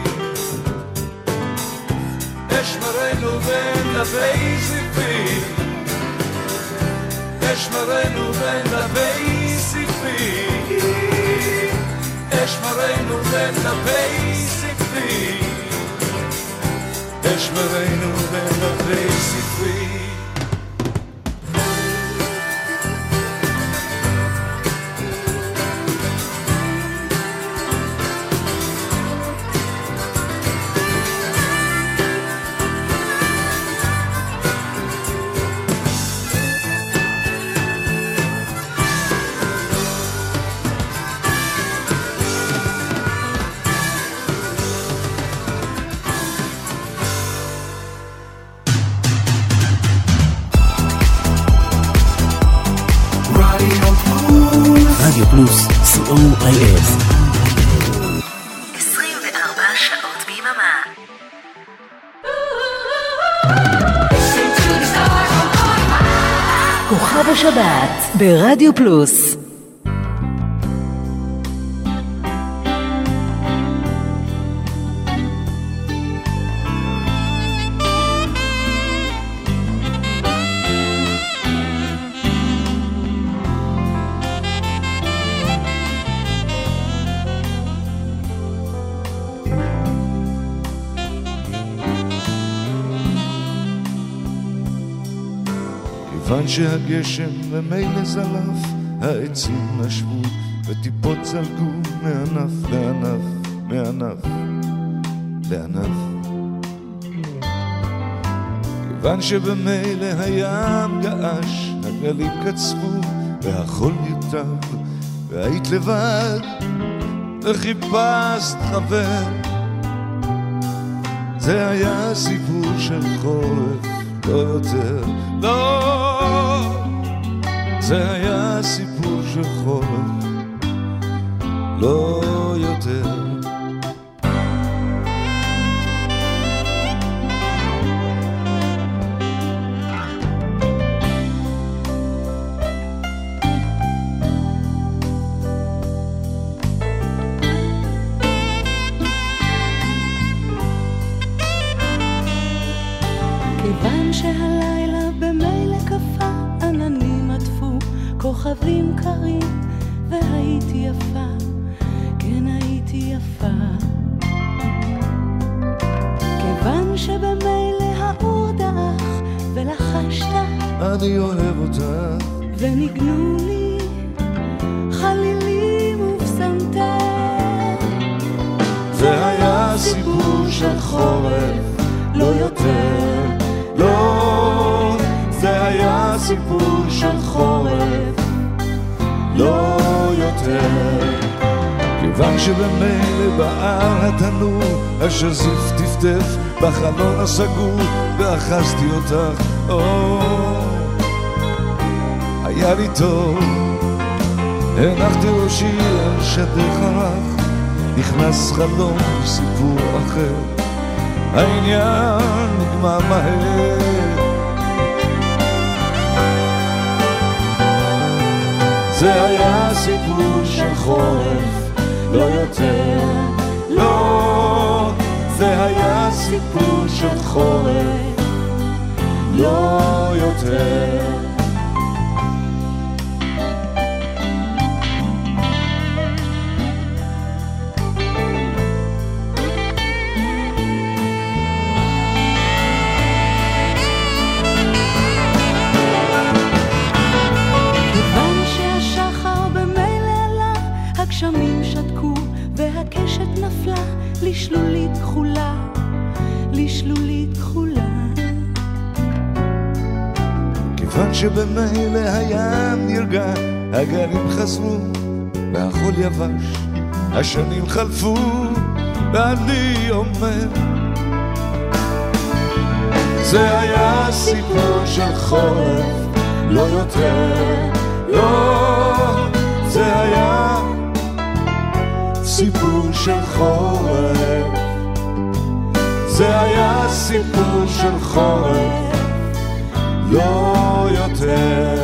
[SPEAKER 3] אשמרנו בין דפי ספרי, אשמרנו בין דפי ספרי, אשמרנו בין דפי ספרי, אשמרנו בין דפי ספרי.
[SPEAKER 6] רדיו פלוס, COIS.
[SPEAKER 2] 24 שעות ביממה.
[SPEAKER 1] כוכב השבת ברדיו פלוס.
[SPEAKER 5] כיוון שהגשם ומילא זלף, העצים נשבו וטיפות זלגו מענף לענף, מענף לענף. כיוון שבמילא הים געש, הגלים קצבו והחול יוטב, והיית לבד וחיפשת חבר. זה היה סיפור של חורף, לא יותר, לא, זה היה סיפור של חורף, לא יותר.
[SPEAKER 7] כיוון שהלילה במילא קפה, עננים עטפו כוכבים קרים, והייתי יפה, כן הייתי יפה. כיוון שבמילא האור דעך ולחשת,
[SPEAKER 5] אני אוהב אותך,
[SPEAKER 7] וניגנו לי חלילים ופסנתר.
[SPEAKER 5] זה היה סיפור של חורף, לא יותר, לא, זה היה סיפור של חורף, לא יותר. כיוון שבמילא בער התנור, השזיף טפטף בחלון הסגור, ואחזתי אותך, היה לי טוב. הנחתי ראשי על שדך הרך, נכנס חלום סיפור אחר, העניין נגמר מהר.
[SPEAKER 3] זה היה סיפור של חורף, לא יותר. לא, זה היה סיפור של חורף, לא יותר.
[SPEAKER 7] הגשמים שתקו והקשת נפלה לשלולית כחולה, לשלולית כחולה.
[SPEAKER 5] כיוון שבמילא הים נרגע, הגלים חזרו והחול יבש, השנים חלפו ואני אומר
[SPEAKER 3] זה היה סיפור של חורף, לא יותר. לא, זה היה סיפור של חורף, זה היה סיפור של חורף, לא יותר.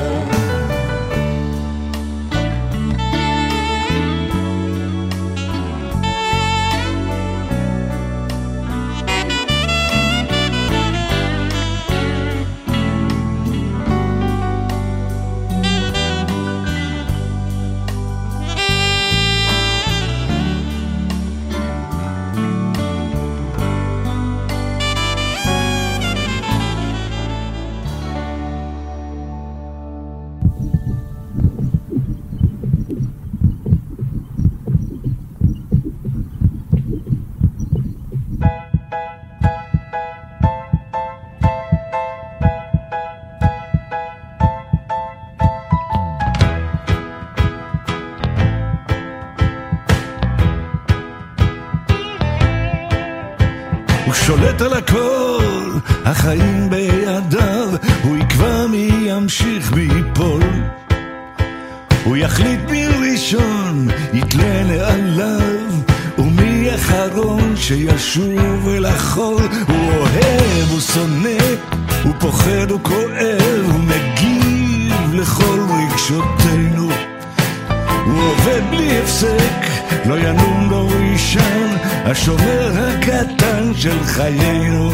[SPEAKER 5] הוא שולט על הכל, החיים בידיו, הוא יקבע מי ימשיך ויפול. הוא יחליט מי ראשון, יתלה לעליו, ומי אחרון שישוב אל החול. הוא אוהב, הוא שונא, הוא פוחד, הוא כואב, הוא מגיב לכל רגשותינו. הוא עובד בלי הפסק, לא ינום, לא יישן, השומר הקטן של חיינו.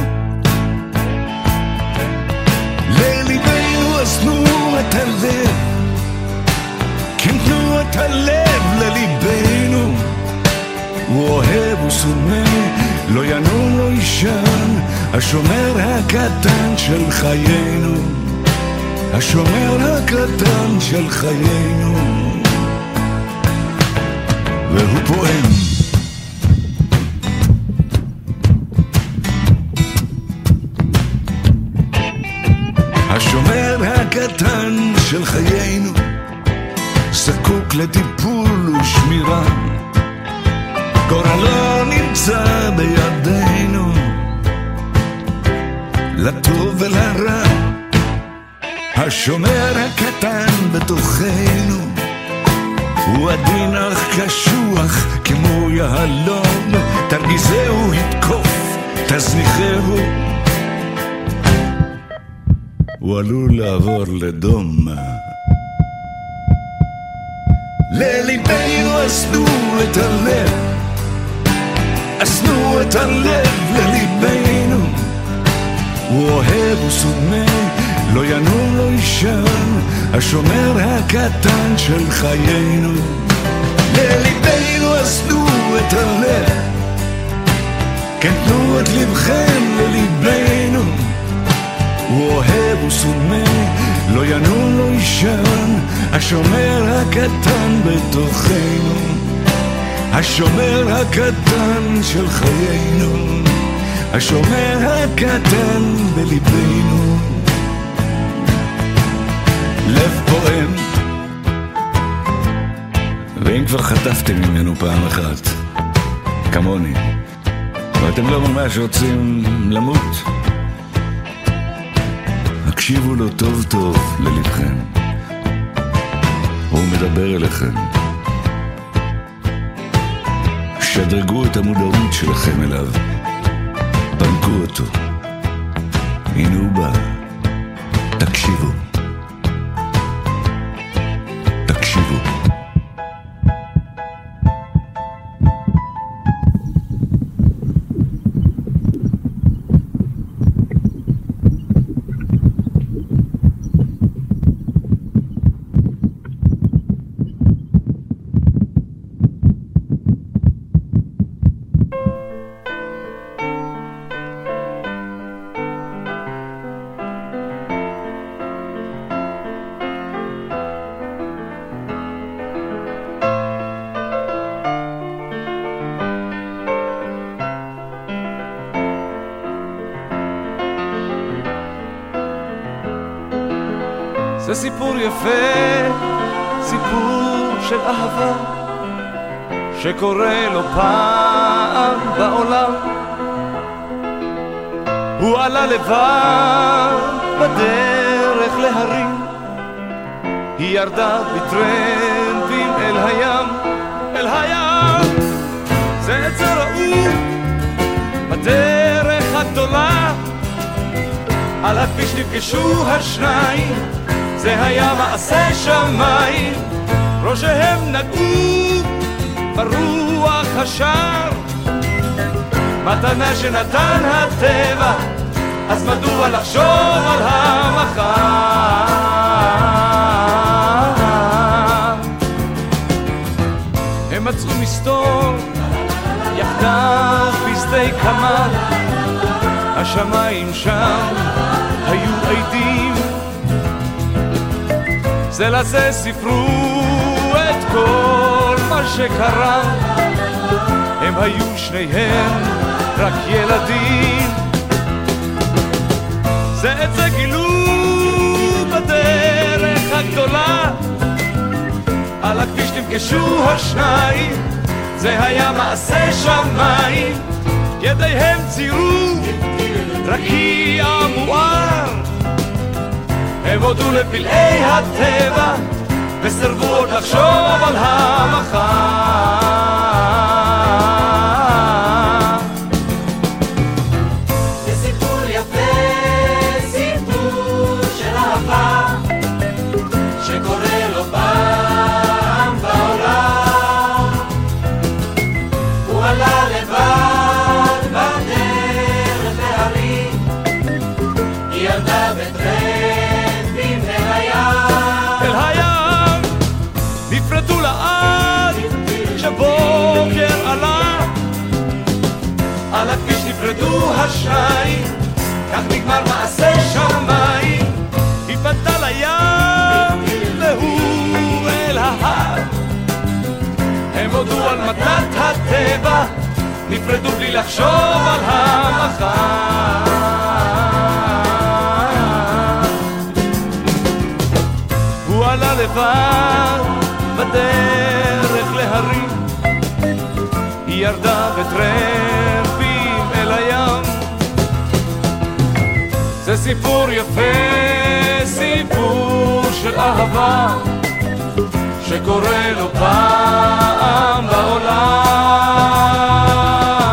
[SPEAKER 5] לליבנו אז תנו את הלב, כן תנו את הלב לליבנו. הוא אוהב, הוא שונא, לא ינום, לא יישן, השומר הקטן של חיינו. השומר הקטן של חיינו. והוא פועם השומר הקטן של חיינו, זקוק לטיפול ושמירה, גורלו נמצא בידינו, לטוב ולרע. השומר הקטן בתוכנו, הוא עדין אך קשוח כמו יהלום, תרגיזהו יתקוף, תזניחהו, הוא עלול לעבור לדום. לליבנו אסנו את הלב, אסנו את הלב לליבנו. הוא אוהב, הוא שונא, לא ינום, לא יישן, השומר הקטן של חיינו. לליבנו אסנו את הלב, כן תנו את לבכם לליבנו. הוא אוהב, הוא שונא, לא ינום, לא יישן, השומר הקטן בתוכנו. השומר הקטן של חיינו, השומר הקטן בליבנו. לב פועם, ואם כבר חטפתם ממנו פעם אחת, כמוני, ואתם לא ממש רוצים למות, הקשיבו לו טוב טוב ללבכם, הוא מדבר אליכם. שדרגו את המודעות שלכם אליו, פנקו אותו, הנה הוא בא, תקשיבו, תקשיבו. זה סיפור יפה, סיפור של אהבה שקורה לו פעם בעולם. הוא עלה לבד בדרך להרים, היא ירדה בטרמפים אל הים, אל הים. זה עצה ראו בדרך הגדולה, על הכביש נפגשו השניים, זה היה מעשה שמיים. ראשיהם נגעו ברוח השער, מתנה שנתן הטבע, אז מדוע לחשוב על המחר? הם מצאו מסתור יחדיו בשדה קמל, השמיים שם היו עדים, זה לזה סיפרו את כל מה שקרה. הם היו שניהם רק ילדים, זה את זה גילו בדרך הגדולה, על הכביש נפגשו השניים, זה היה מעשה שמיים. ידיהם צירו רקיע מואר, הם הודו לפלאי הטבע וסרבו עוד לחשוב על המחר.
[SPEAKER 8] זה סיפור יפה, סיפור של אהבה שקורה לו פעם בעולם. הוא עלה לבד בדרך להרים, היא ירדה בטרמפים אל הים,
[SPEAKER 5] אל הים. נפרדו לעד כשבוקר עלה, על הכביש נפרדו השניים, כך נגמר מעשה שמיים. היא פנתה לים והוא אל ההר, הם הודו על מתנת הטבע, נפרדו בלי לחשוב על המחר. הוא עלה לבד בדרך להרים, היא ירדה בטרמפים אל הים. זה סיפור יפה, סיפור של אהבה שקורה לו פעם בעולם.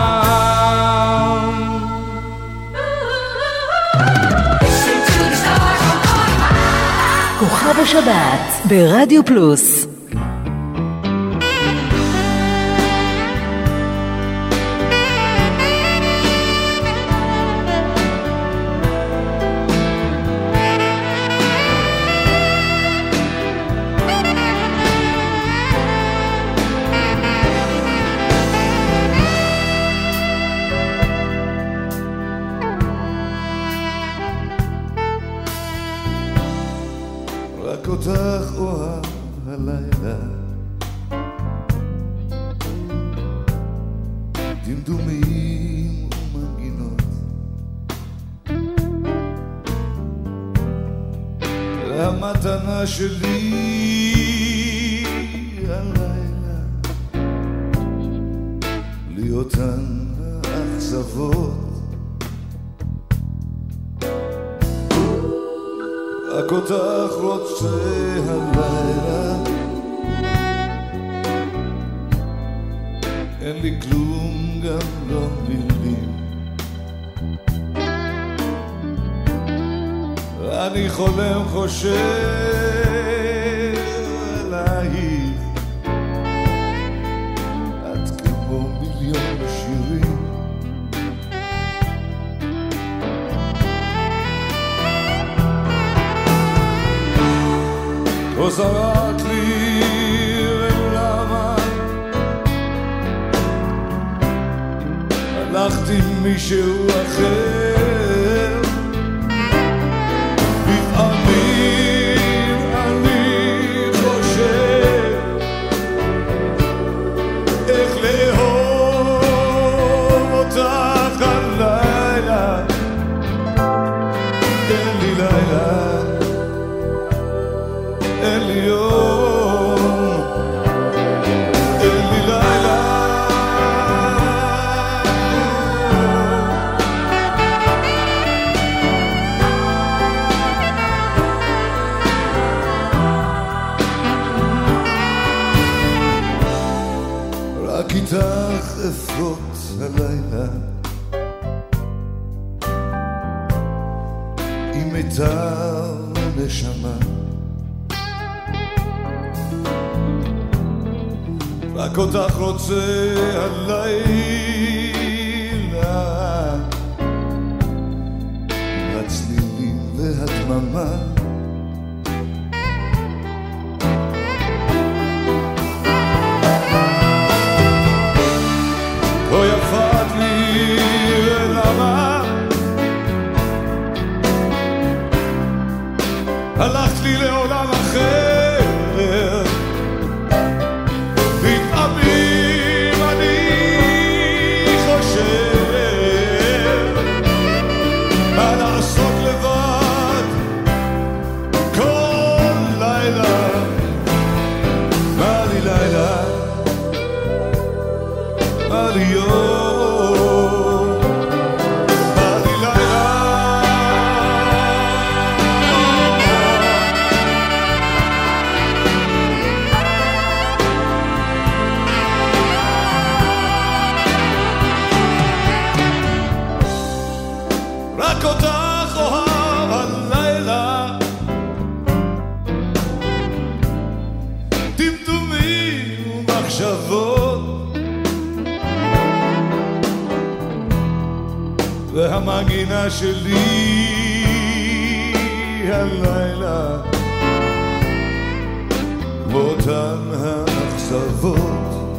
[SPEAKER 1] כוכב השבת ברדיו פלוס.
[SPEAKER 3] רק אותך אוהב הלילה, דמדומים ומנגינות, המתנה שלי הלילה, לי אותן האכזבות. רק אותך רוצה הלילה, אין לי כלום גם לא מילים, אני חולם חושב עלייך, את כמו מיליון שירים. לא זרק לי ולמה הלכתי עם מישהו אחר, לפעמים אני חושב איך לאהוב אותך הלילה, תן לי לילה
[SPEAKER 5] לי יום, אין לי לילה. רק איתך אפות הלילה עם מיתר נשמה, רק אותך רוצה הלילה, הצלילים והדממה. כה יפת לי ולמה הלכת לי לעולם אחר, לפעמים אני חושב מה לעשות לבד כל לילה, מה לי לילה, מה לי יום, מה לי לילה. רק אותך אוהב הלילה, טמטומים ומחשבות, והמגינה שלי הלילה באותן האכזבות.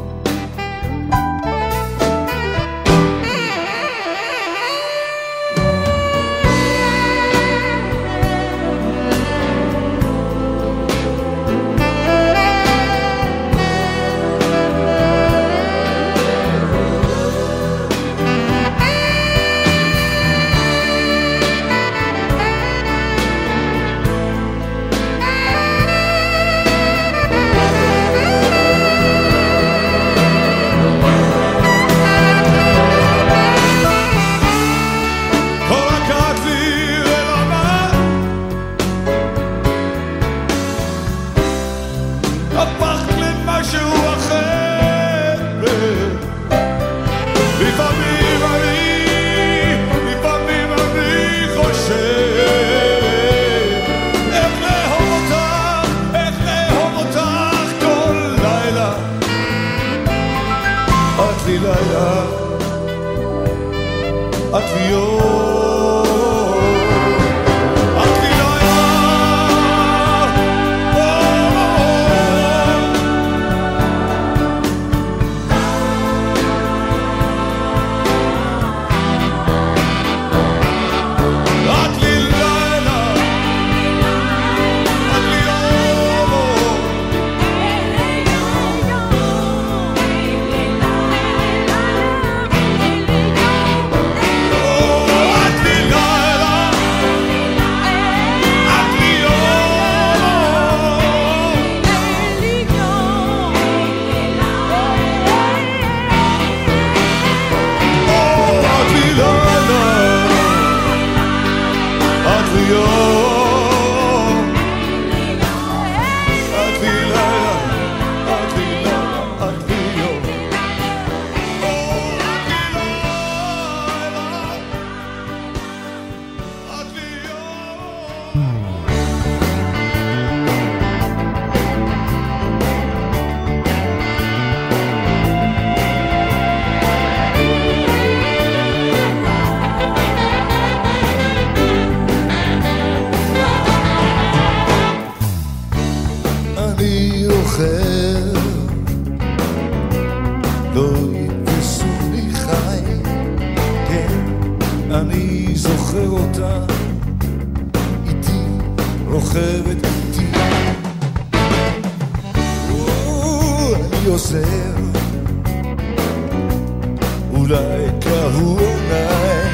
[SPEAKER 5] אולי קהו עיניי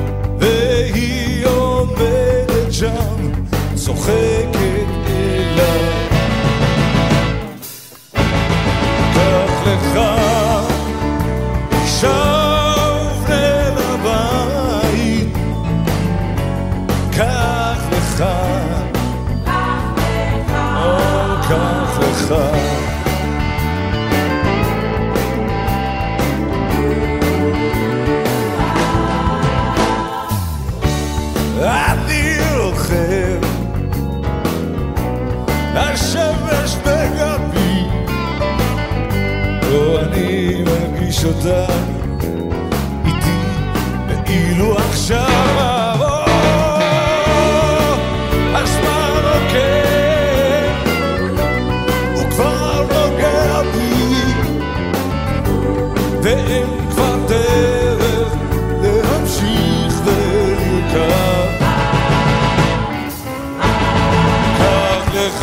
[SPEAKER 5] והיא עומדת שם צוחקת אליי
[SPEAKER 3] קח לך, קח לך. אני רוכב, השמש בגבי, אני מרגיש אותה איתי ואילו עכשיו הזמן עוקב, הוא כבר נוגע בי ואין כבר דרך להמשיך ולרכב. קח לך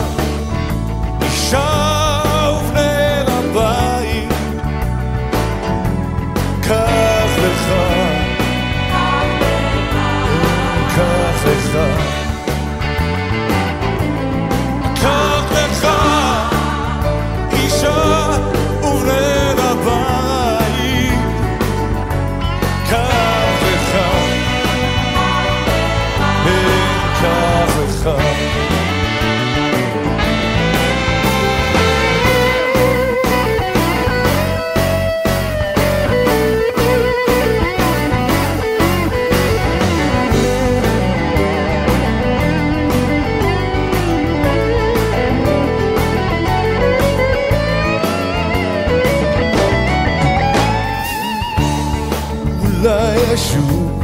[SPEAKER 3] אישה ובני לבית, קח לך, קח לך, קח לך אישה ובני לבית, קח לך, קח לך. אולי אשוב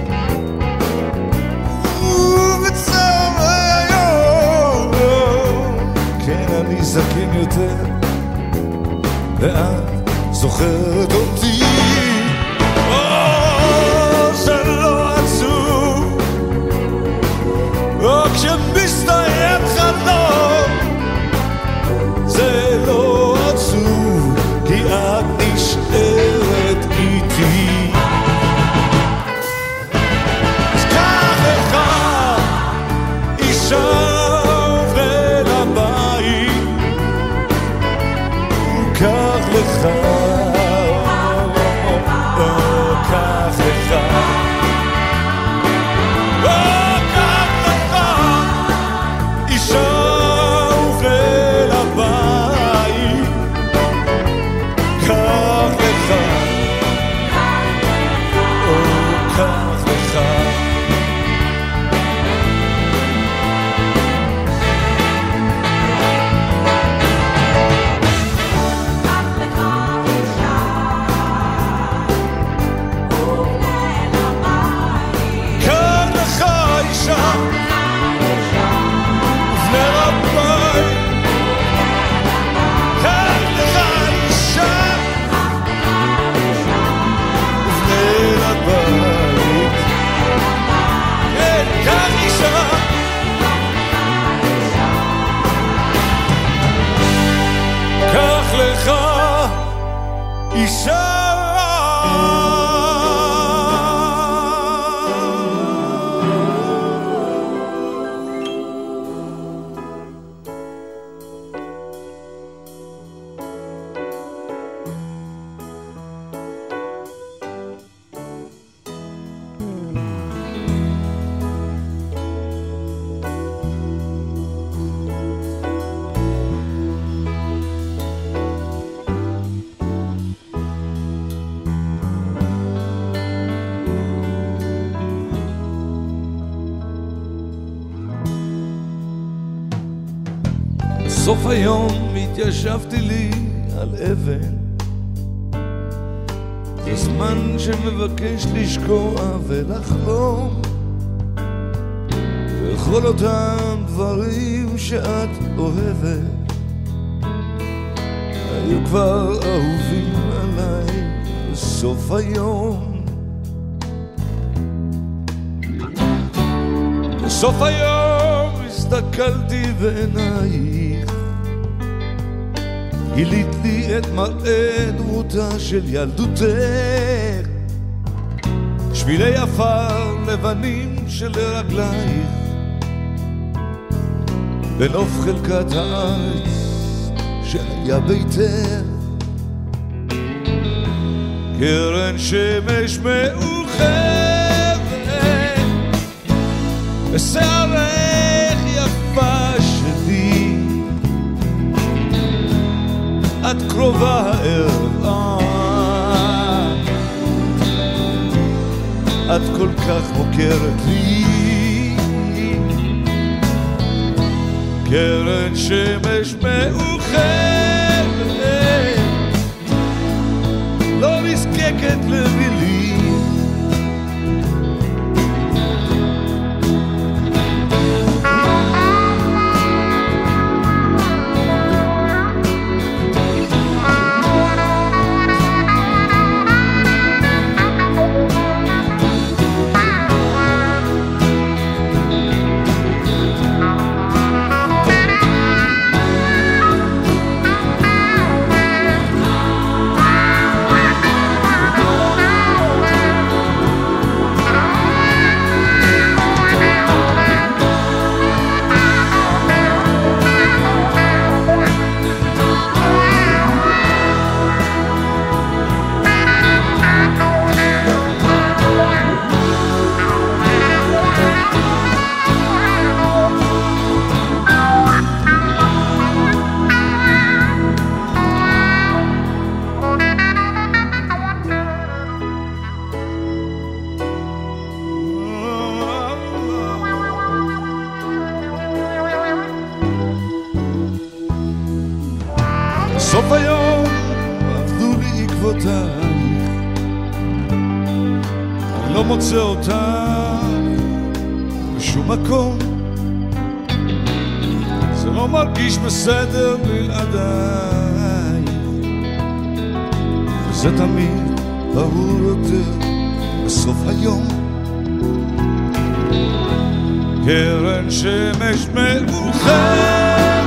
[SPEAKER 3] ובצער היום, כן אני זקן יותר ואת זוכרת אותי. זה לא עצוב כשמסתיים חלום, זה לא עצוב כי את נשארת איתי. קח לך, קח לך, קח לך אישה ובני לבית, קח לך, קח לך. קח לך אישה בסוף היום התיישבתי לי על אבן, זה זמן שמבקש לשקוע ולחלום וכל אותם דברים שאת אוהבת היו כבר אהובים עליי בסוף היום. בסוף היום הסתכלתי בעינייך, גילית לי את מראה דמותה של ילדותך, שבילי עפר לבנים של רגלייך, בנוף חלקת הארץ שהיה ביתך, קרן שמש מאוחרת
[SPEAKER 5] בשערך יפה שלי, את קרובה הערב, את כל כך מוכרת לי, קרן שמש מאוחרת, לא נזקקת למילים, סוף היום עבדו לי עקבותייך, אני לא מוצא אותך בשום מקום, זה לא מרגיש בסדר בלעדייך, וזה תמיד ברור יותר בסוף היום. קרן שמש מאוחרת,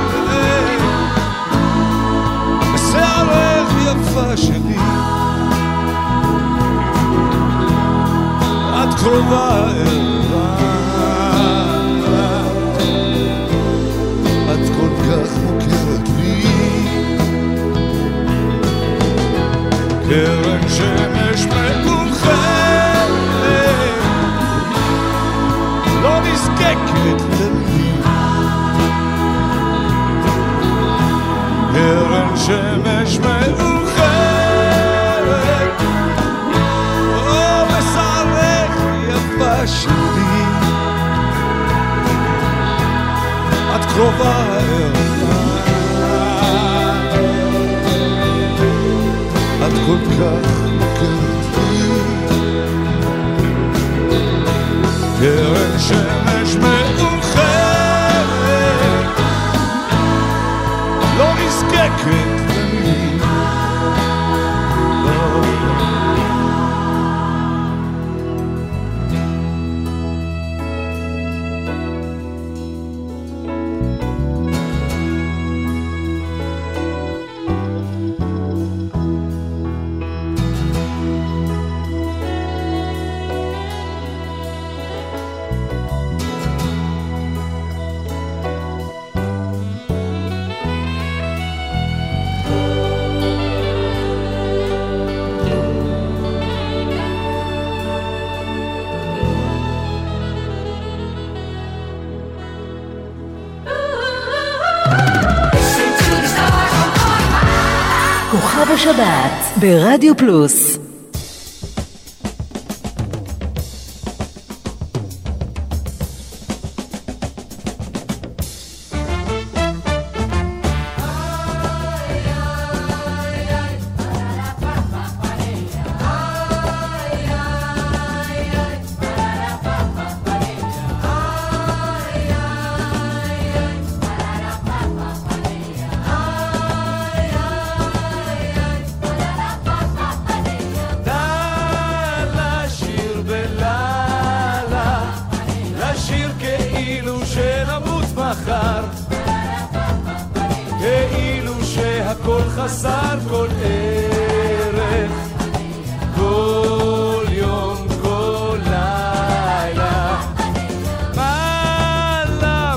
[SPEAKER 5] שערך יפה שלי, את קרובה ערבה, את כל כך מוכרת לי, קרן שמש מאוחרת, לא נזקקת למילים, קרן שמש מאוחרת, או בשערך יפה שלי, את קרובה ערבה, את כל כך מוכרת לי, קרן שמש מאוחרת, לא נזקקת למילים.
[SPEAKER 1] כוכב השבת ברדיו פלוס.
[SPEAKER 5] חסר כל ערך, כל יום, כל לילה. מעלה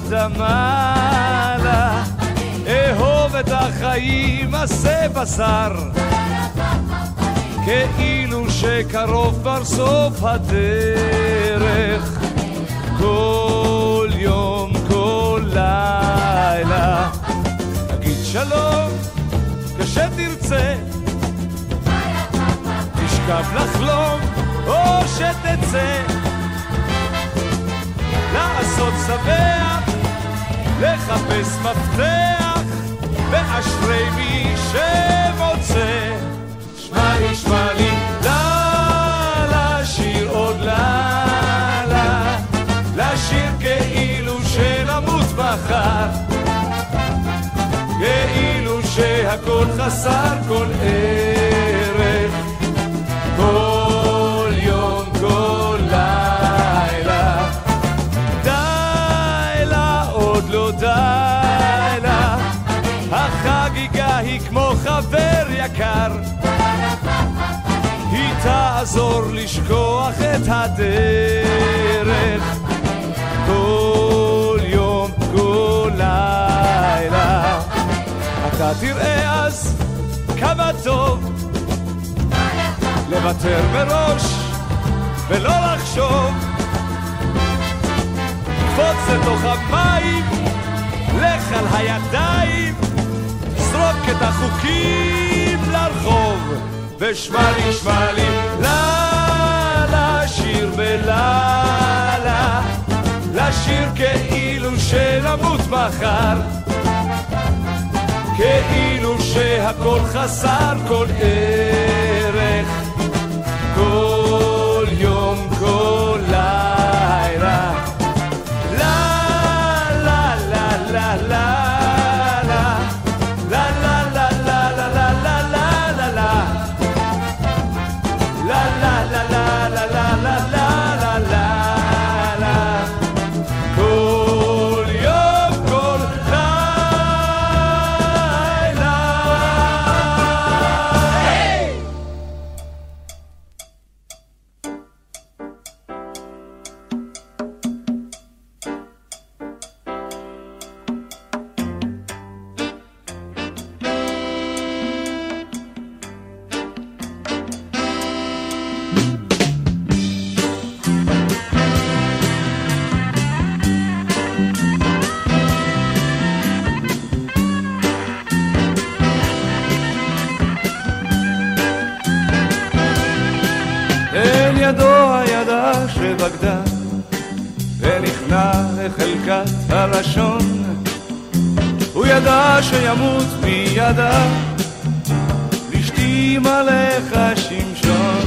[SPEAKER 5] מעלה, אהוב את החיים, עשה בשר, כאילו שקרוב כבר סוף הדרך. כל תשכב לחלום או שתצא לעשות שמח, לחפש מפתח באשרי מי שמוצא. שמע לי, שמע לי, לשיר עוד לילה, לשיר כאילו שנמות מחר, כאילו שהכל חסר כל ערך, כל יום, כל לילה. די לה, עוד לא די לה, החגיגה היא כמו חבר יקר, היא תעזור לשכוח את הדרך, כל יום, כל לילה. אתה תראה אז כמה טוב לוותר מראש ולא לחשוב, קפוץ לתוך המים, לך על הידיים, זרוק את החוקים לרחוב, ושמע לי, שמע לי, לשיר בלילה, לשיר כאילו שנמות מחר, כאילו שהכל חסר כל ערך, כל יום, כל לילה. לה לה לה לה לה שבגדה ונכנע לחלקת הלשון, הוא ידע שימות מידה לשתי מלך שמשון.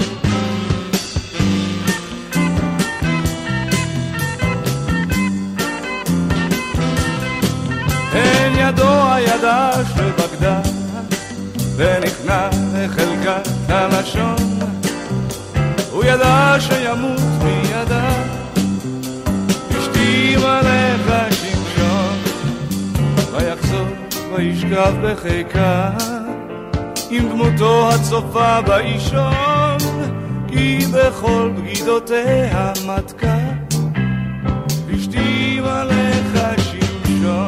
[SPEAKER 5] אין ידו הידה שבגדה ונכנע לחלקת הלשון, הוא ידע שימות מידה לשתי מלך שמשון. ויחזור וישכב בחיקה עם דמותו הצופה באישון, כי בכל בגידותיה מתקה לשתי מלך שמשון.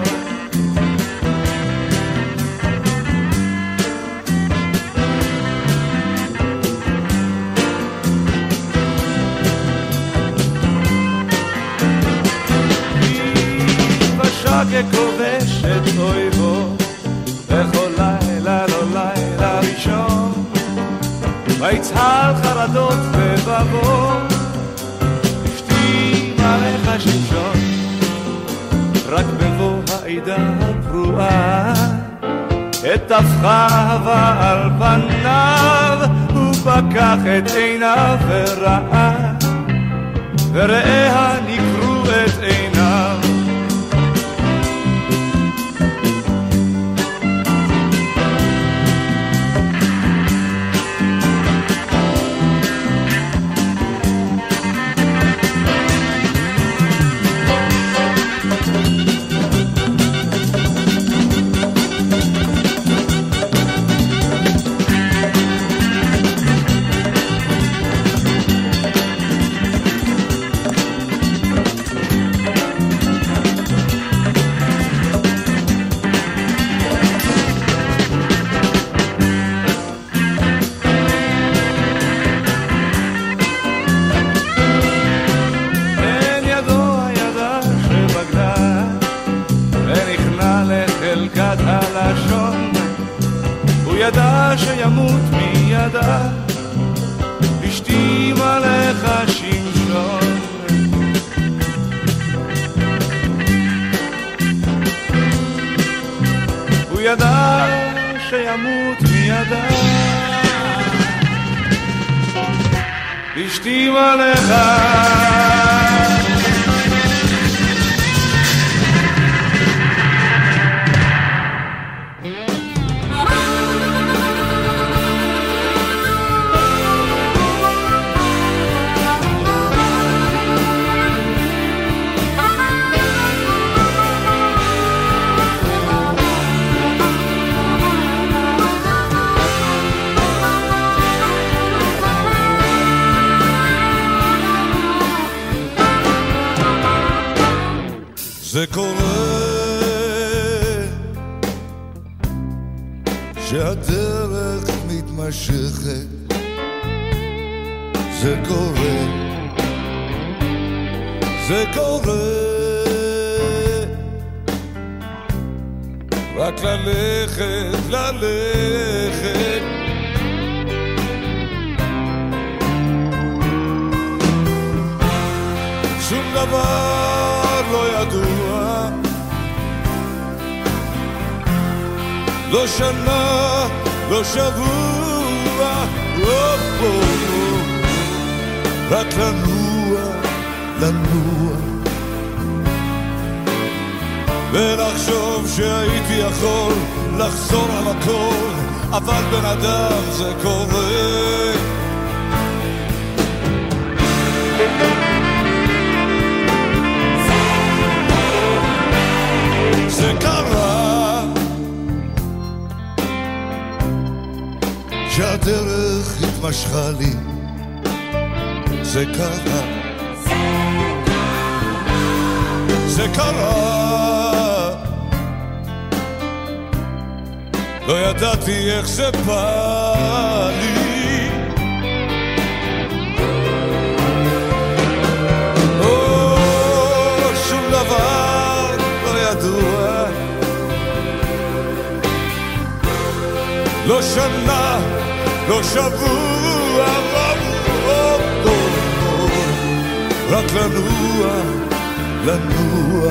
[SPEAKER 5] ככובשת אויבו בכל לילה לא לילה ראשון, ויצהל חרדות ובבוא לשתי מלך שמשון. רק בבוא העידה הפרועה את טפחה אהבה על פניו, הוא פקח את עיניו וראה וראה נקרו את עיניו. ידע שימות מידה עליך שמשון, הוא ידע שימות מידה, השתים עליך
[SPEAKER 3] זה קורה שהדרך מתמשכת, זה קורה, זה קורה, רק ללכת, ללכת, שום דבר לא ידוע, לא שנה, לא שבוע, רק לנוע, לנוע, ולחשוב שהייתי יכול לחזור על הכל, אבל בן אדם זה קורה. זה קרה שהדרך התמשכה לי, זה קרה, זה קרה, לא ידעתי איך זה בא לי, שום דבר לא ידוע, לא שנה, לא שבוע, רק לנוע, לנוע,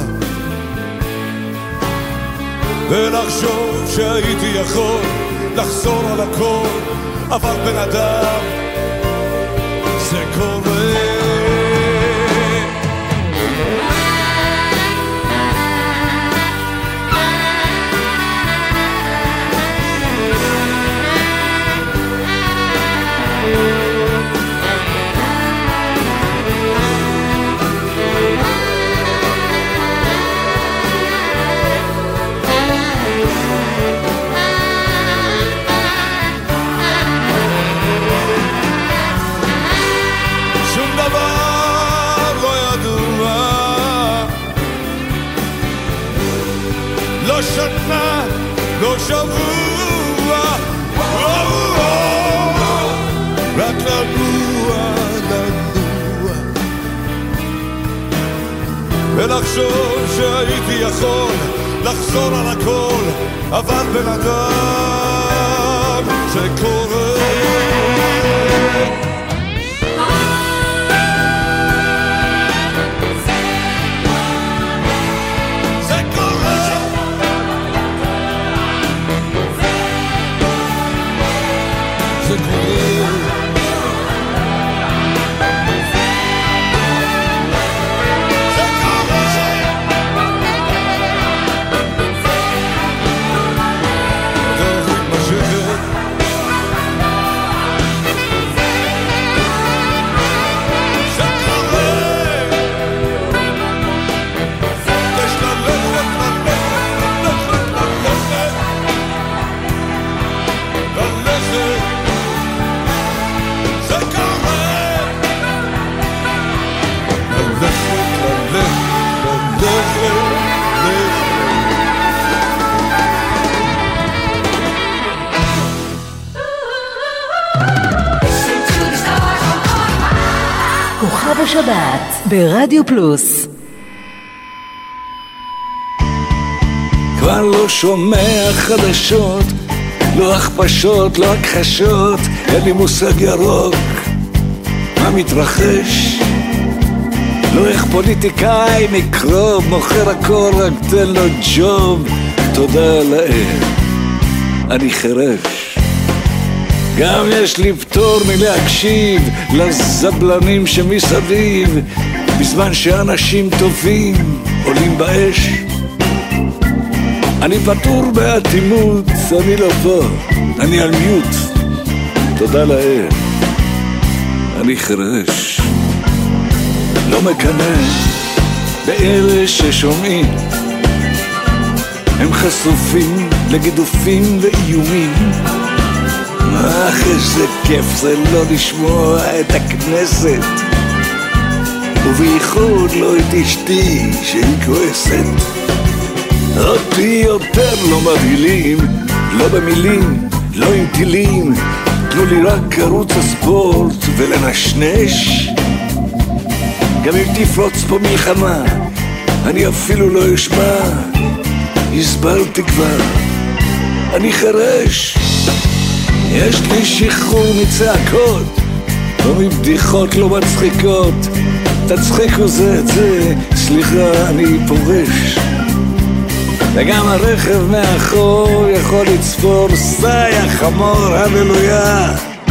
[SPEAKER 3] ולחשוב שהייתי יכול לחזור על הכל, אבל בן אדם זה קורה. לא שנה, לא שבוע, רק לנוע, לנוע, ולחשוב שהייתי יכול לחזור על הכל, אבל בן אדם זה קורה.
[SPEAKER 1] כוכב השבת ברדיו פלוס.
[SPEAKER 5] כבר לא שומע חדשות, לא הכפשות, לא הכחשות, אין לי מושג ירוק מה מתרחש? לא איך פוליטיקאי מקרוב מוכר הכל, רק תן לו ג'וב. תודה לאל, אני חרש. גם יש לי פטור מלהקשיב לזבלנים שמסביב, בזמן שאנשים טובים עולים באש. אני פטור באטימות, אני לא פה, אני על מיוט. תודה לאל, אני חרש. לא מקנא באלה ששומעים, הם חשופים לגידופים ואיומים. איזה כיף זה לא לשמוע את הכנסת, ובייחוד לא את אשתי שהיא כועסת. אותי יותר לא מבהילים, לא במילים, לא עם טילים. תנו לי רק ערוץ הספורט ולנשנש. גם אם תפרוץ פה מלחמה אני אפילו לא אשמע. הסברתי כבר, אני חרש. יש לי שחרור מצעקות ומבדיחות לא מצחיקות. תצחיקו זה את זה, סליחה אני פורש. וגם הרכב מאחור יכול לצפור, סי החמור הללויה.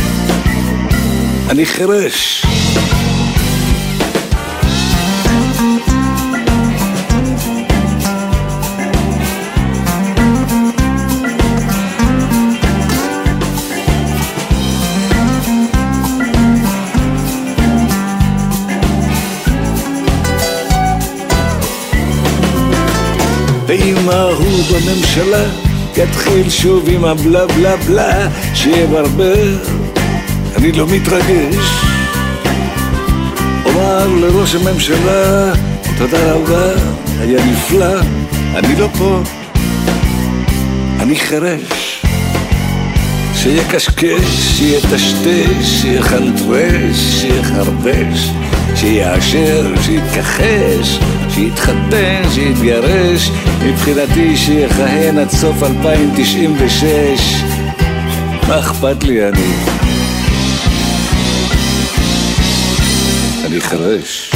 [SPEAKER 5] אני חרש. ואם ההוא בממשלה יתחיל שוב עם הבלה בלה בלה שיהיה ברבר, אני לא מתרגש. אומר לראש הממשלה תודה רבה, היה נפלא. אני לא פה, אני חרש. שיהיה קשקש, שיהיה טשטש, שיהיה חנטרש, שיהיה חרבש, שיעשר, שיתכחש, שיתחתן, שיתגרש. מבחינתי שיכהן עד סוף 2096. מה אכפת לי? אני חרש.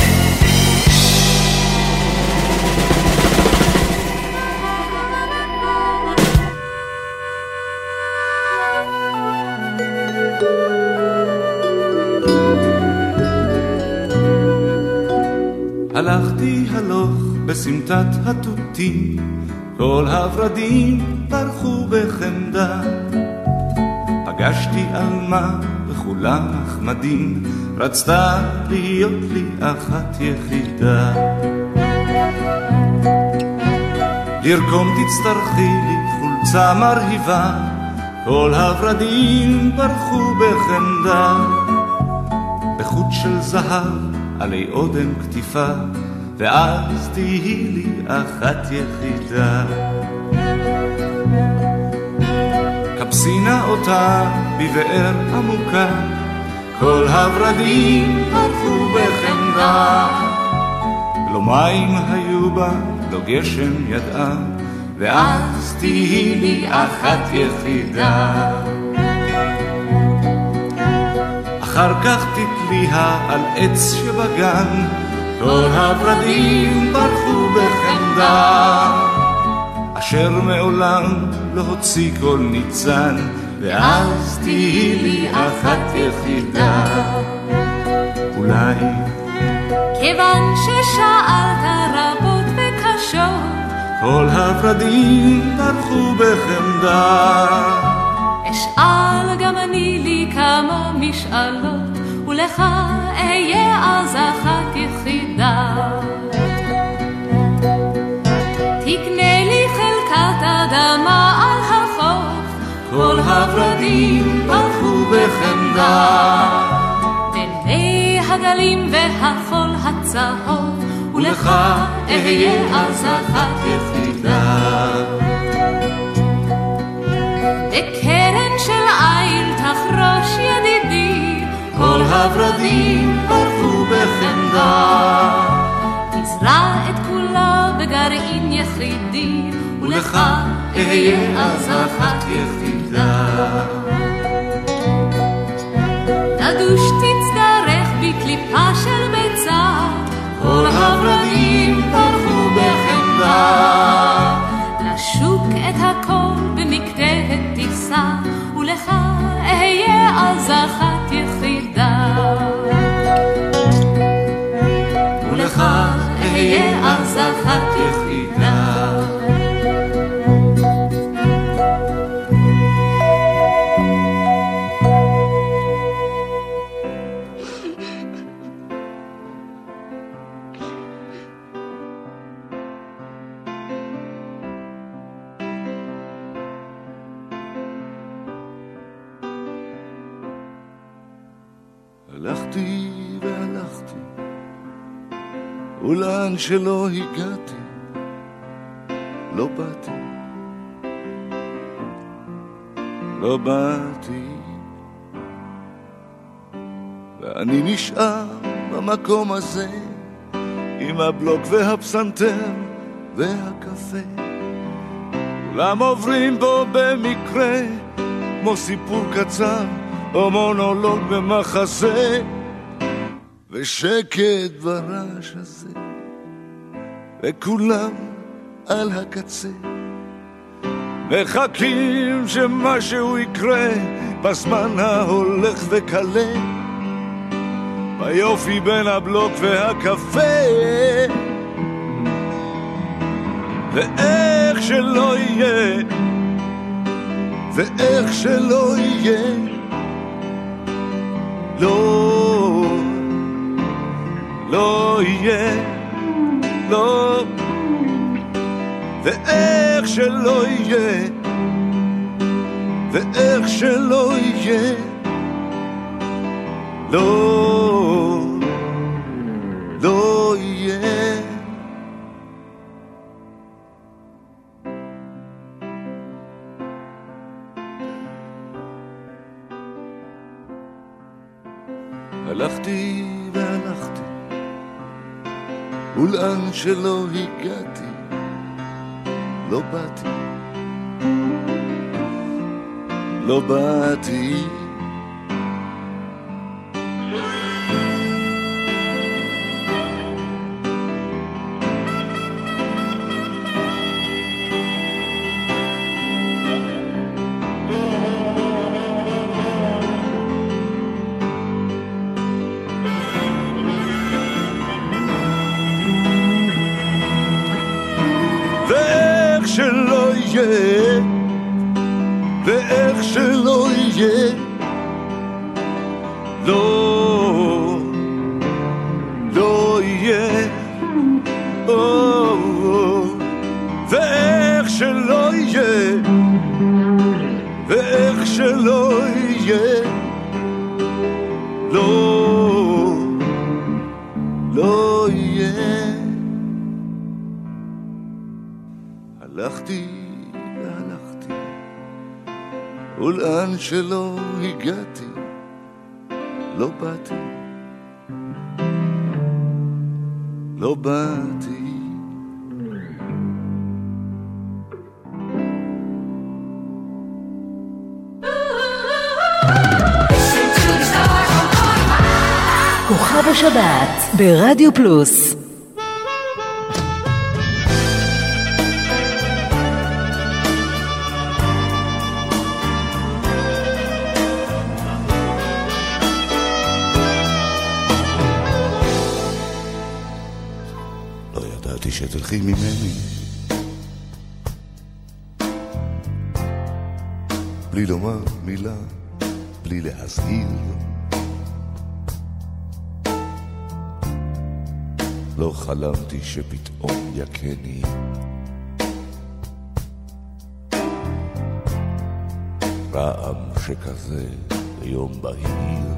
[SPEAKER 5] הלכתי הלוך בסמטת התותים, כל הורדים פרחו בחמדה. פגשתי אלמה וכולם נחמדים, רצתה להיות לי אחת יחידה. לרקום תצטרכי לי חולצה מרהיבה, כל הורדים פרחו בחמדה. בחוט של זהב עלי אודם כתיפה, ואז תהי לי אחת יחידה. כבסינה אותה בבאר עמוקה, כל הורדים פרחו בחמדה. לא מים היו בה, לא גשם ידעה, ואז תהי לי אחת יחידה. אחר כך תתליה על עץ שבגן, כל הורדים פרחו בחמדה. אשר מעולם לא הוציא כל ניצן, ואז תהי לי אחת יחידה. אולי
[SPEAKER 4] כיוון ששאלת רבות וקשות,
[SPEAKER 5] כל הורדים פרחו בחמדה.
[SPEAKER 4] אשאל גם אני לי כמה משאלות, ולך אהיה אז אחת יחידה. תקנה לי חלקת אדמה על החוף,
[SPEAKER 5] כל הורדים פרחו בחמדה.
[SPEAKER 4] בין מי הגלים והחול הצהוב, ולך אהיה אז אחת יחידה. בקרן של איל תחרוש ידידי,
[SPEAKER 5] כל הורדים פרחו בחמדה.
[SPEAKER 4] תזרע את כולה בגרעין יחידי, ולך אהיה אז אחת יחידה. תדוש תצטרך בי הורדים פרחו בחמדה. לשוק את הכל במקטה טיסה, ולך אהיה אז אחת יחידה. ולך אהיה אז אחת יחידה.
[SPEAKER 5] הלכתי והלכתי, ולאן שלא הגעתי, לא באתי, לא באתי, ואני נשאר במקום הזה, עם הבלוק והפסנתר והקפה. כולם עוברים בו במקרה, כמו סיפור קצר, או מונולוג במחזה, ושקט ברעש הזה, וכולם על הקצה, מחכים שמשהו יקרה, בזמן ההולך וקלה, ביופי בין הבלוק והקפה. ואיך שלא יהיה, ואיך שלא יהיה, לא יהיה, לא, ואיך שלא יהיה, ואיך שלא יהיה, לא יהיה. הלכתי והלכתי, ולאן שלא הגעתי, לא באתי, לא באתי. ואיך שלא יהיה, לא יהיה, ואיך שלא יהיה, ואיך שלא יהיה, לא יהיה. הלכתי והלכתי, ולאן שלא הגעתי, לא באתי, לא באתי.
[SPEAKER 1] כוכב השבת ברדיו פלוס.
[SPEAKER 5] שתלכי ממני בלי לומר מילה, בלי להזהיר, לא חלמתי שפתאום יקני רעם שכזה ביום בהיר.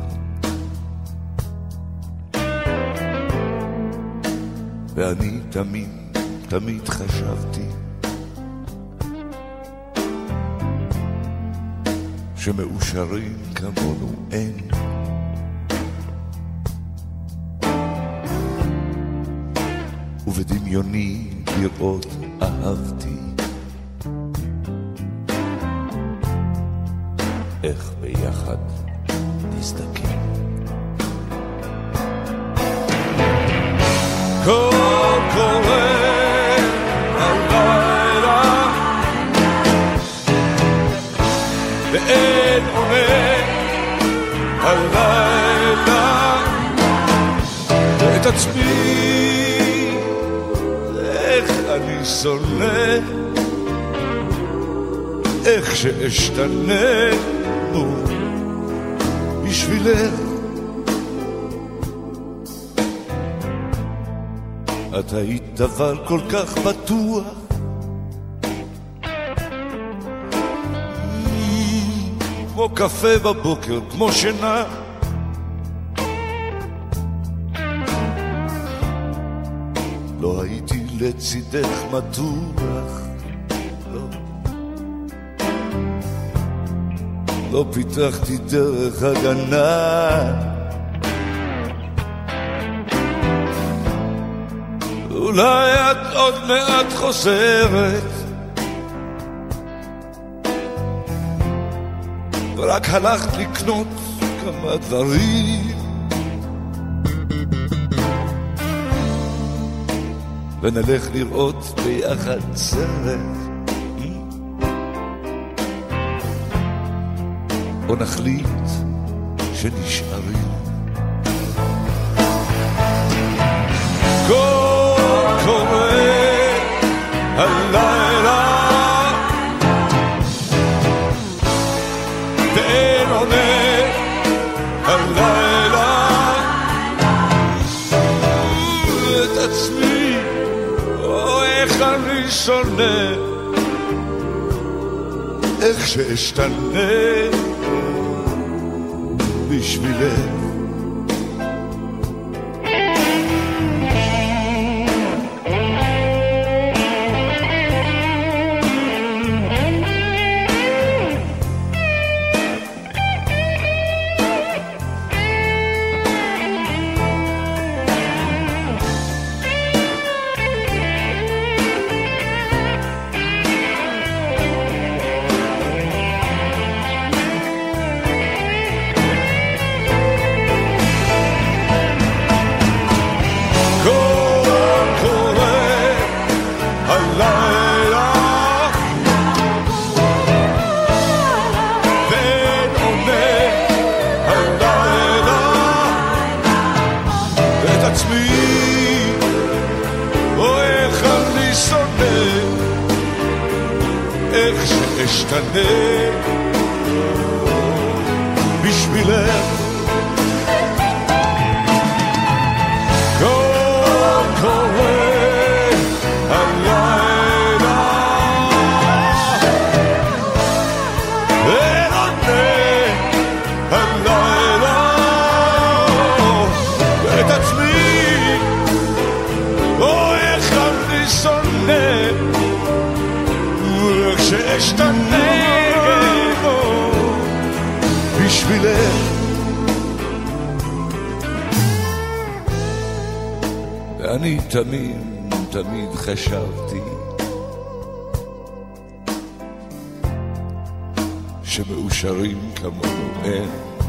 [SPEAKER 5] ואני תמיד חשבתי שמאושרים כמונו אין, ובדמיוני לראות אהבתי איך ביחד נזדקן. קול קורא הלילה ואין עונה הלילה את עצמי איך אני שונא איך שאשתנה בשבילך את היית דבר כל כך בטוח כמו קפה בבוקר, כמו שינה לא הייתי לצידך מתוח לא פיתחתי דרך הגנה אולי את עוד מעט חוזרת ורק הלכת לקנות כמה דברים ונלך לראות ביחד סרט או נחליט שנשארים קול קורא הלילה ואין עונה הלילה את עצמי או איך אני שונא איך שאשתנה בשבילך אני תמיד חשבתי שמאושרים כמונו אין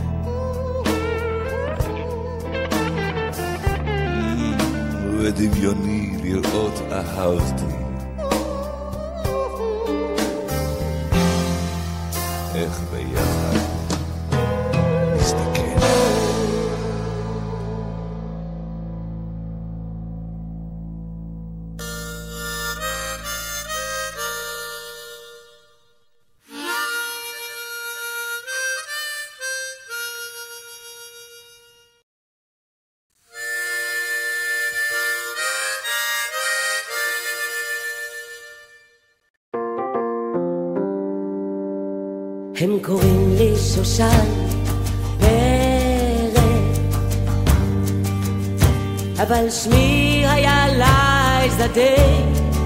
[SPEAKER 5] ודמיוני לראות אהבתי איך ביחד נסתכל
[SPEAKER 9] הם קוראים לי שושן פרק, אבל שמי היה לייזדי.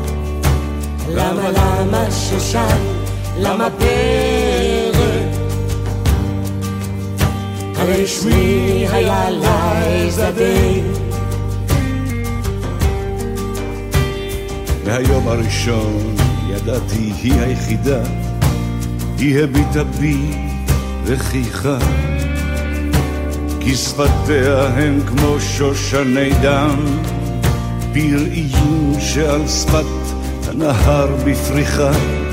[SPEAKER 9] למה שושן? למה פרק? הרי שמי היה לייזדי.
[SPEAKER 5] מהיום הראשון ידעתי היא היחידה, היא הביטה בי וחייכה, כי שפתיה הן כמו שושני דם, בראיון שעל שפת הנהר בפריחה.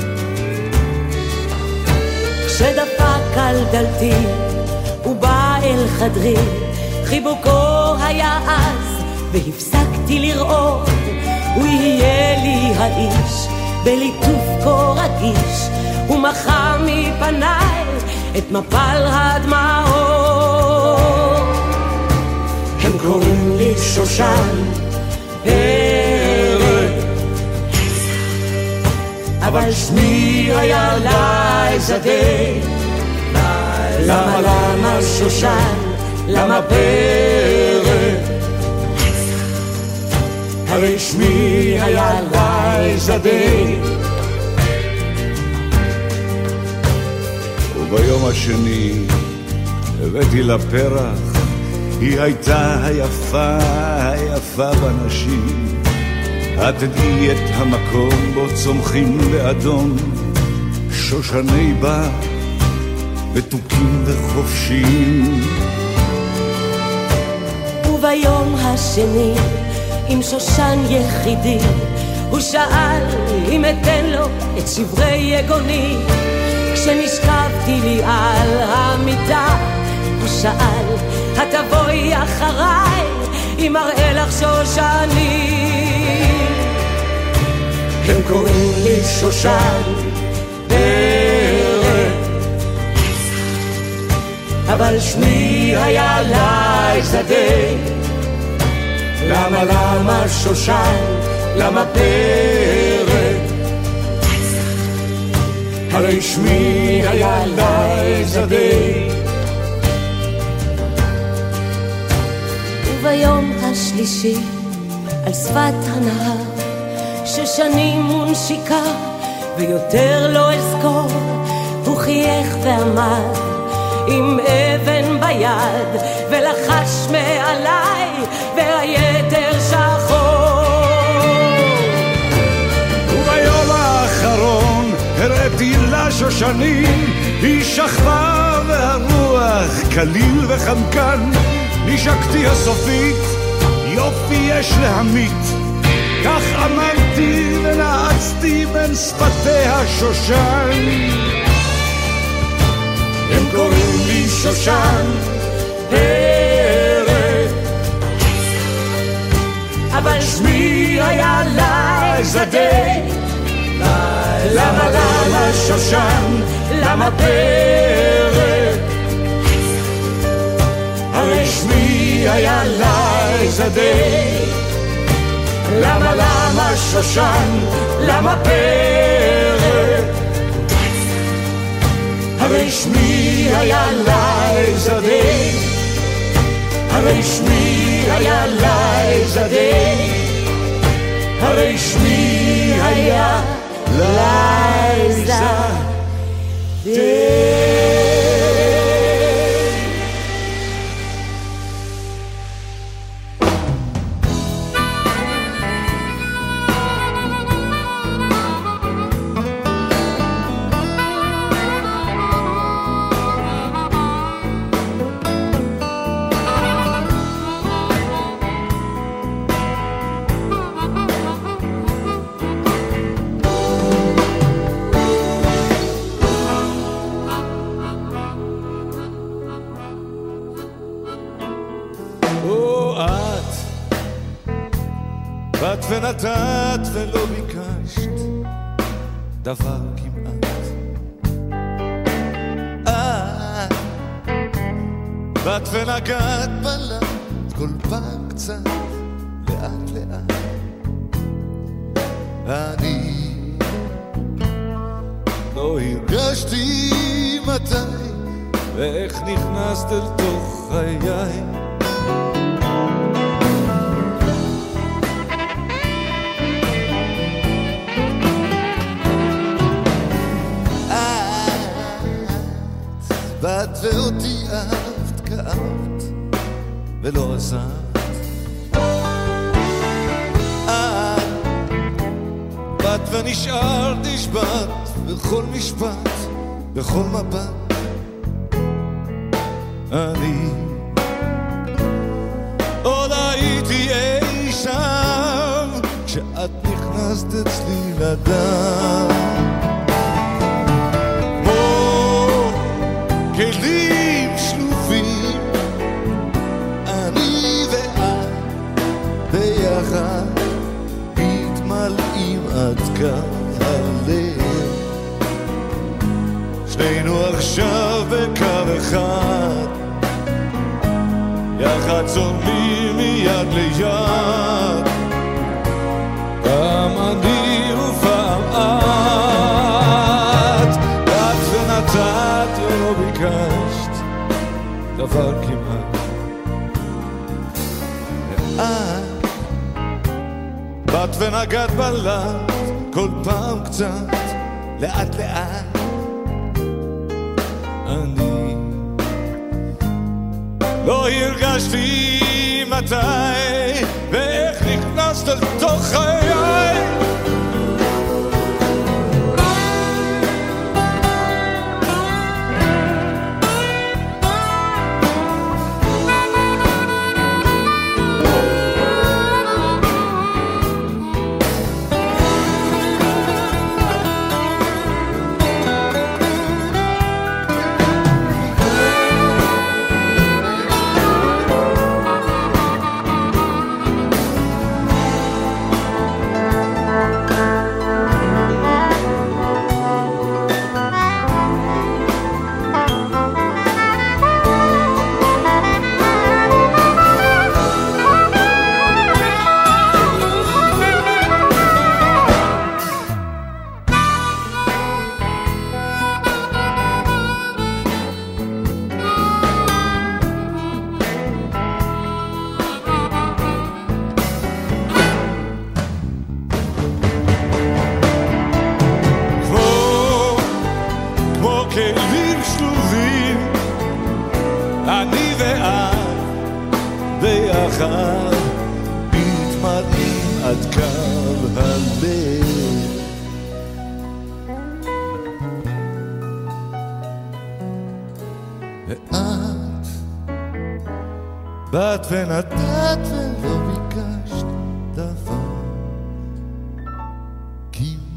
[SPEAKER 9] כשדפק על דלתי ובא אל חדרי, חיבוקו היה אז והפסקתי לראות. הוא יהיה לי האיש בליטוף כה רגיש, הוא מחה מפניי את מפל הדמעות. הם קוראים לי שושן פרק, אבל שמי היה לייזדה. למה שושן, למה פרק? הרי שמי היה לייזדה.
[SPEAKER 5] וביום השני הבאתי לה פרח, היא הייתה היפה בנשים. את תדעי את המקום בו צומחים באדום שושני בר מתוקים וחופשיים.
[SPEAKER 9] וביום השני עם שושן יחידי, הוא שאל אם אתן לו את שברי יגוני. כשנשכבתי לי על המיטה הוא שאל, התבואי אחריי אם אראה לך שושני. הם קוראים לי שושן פרק, אבל שמי היה לייזדה. למה שושן, למה פרק? הרי שמי היה לייזדה. וביום השלישי על שפת הנהר, ששנים ונשיקה ויותר לא אזכור, הוא חייך ואמר עם אבן ביד ולחש מעליי והיתר שחור.
[SPEAKER 5] וביום האחרון הראיתי לה שושנים, היא שכבה והרוח קליל וחמקן. נשקתי הסופית, יופי יש להמית, כך אמרתי ונעצתי בין שפתיה שושן. הם קוראים לי שושן פרק, אבל שמי היה לייזדה. למה שושן, למה פרק? הרי שמי היה לייזדה. למה שושן, למה פרק? הרי שמי היה לייזדה. הרי שמי היה לייזדה. הרי שמי היה לייזדה. ונתת ולא ביקשת דבר כמעט. באת ונגעת בלט כל פעם קצת לאט לאט. אני לא הרגשתי מתי ואיך נכנסת אל תוך חיי. באת ואותי אהבת, כאבת ולא עזבת. באת ונשארת נשבעת בכל משפט, בכל מבט. אני עוד הייתי אי שם
[SPEAKER 3] את נכנסת אצלי לדם כמו כלים שלובים אני ואת ביחד מתמלאים עד כאן הלב שנינו עכשיו בקו אחד יחד צומדים מיד ליד פעם אני ופעם את את ונתת ולא ביקשת דבר כמעט ואת באת ונגעת בלט כל פעם קצת לאט לאט אני לא הרגשתי מתי ואיך נכנסת לתוך חיי באת ונתת ולא ביקשת דבר כמעט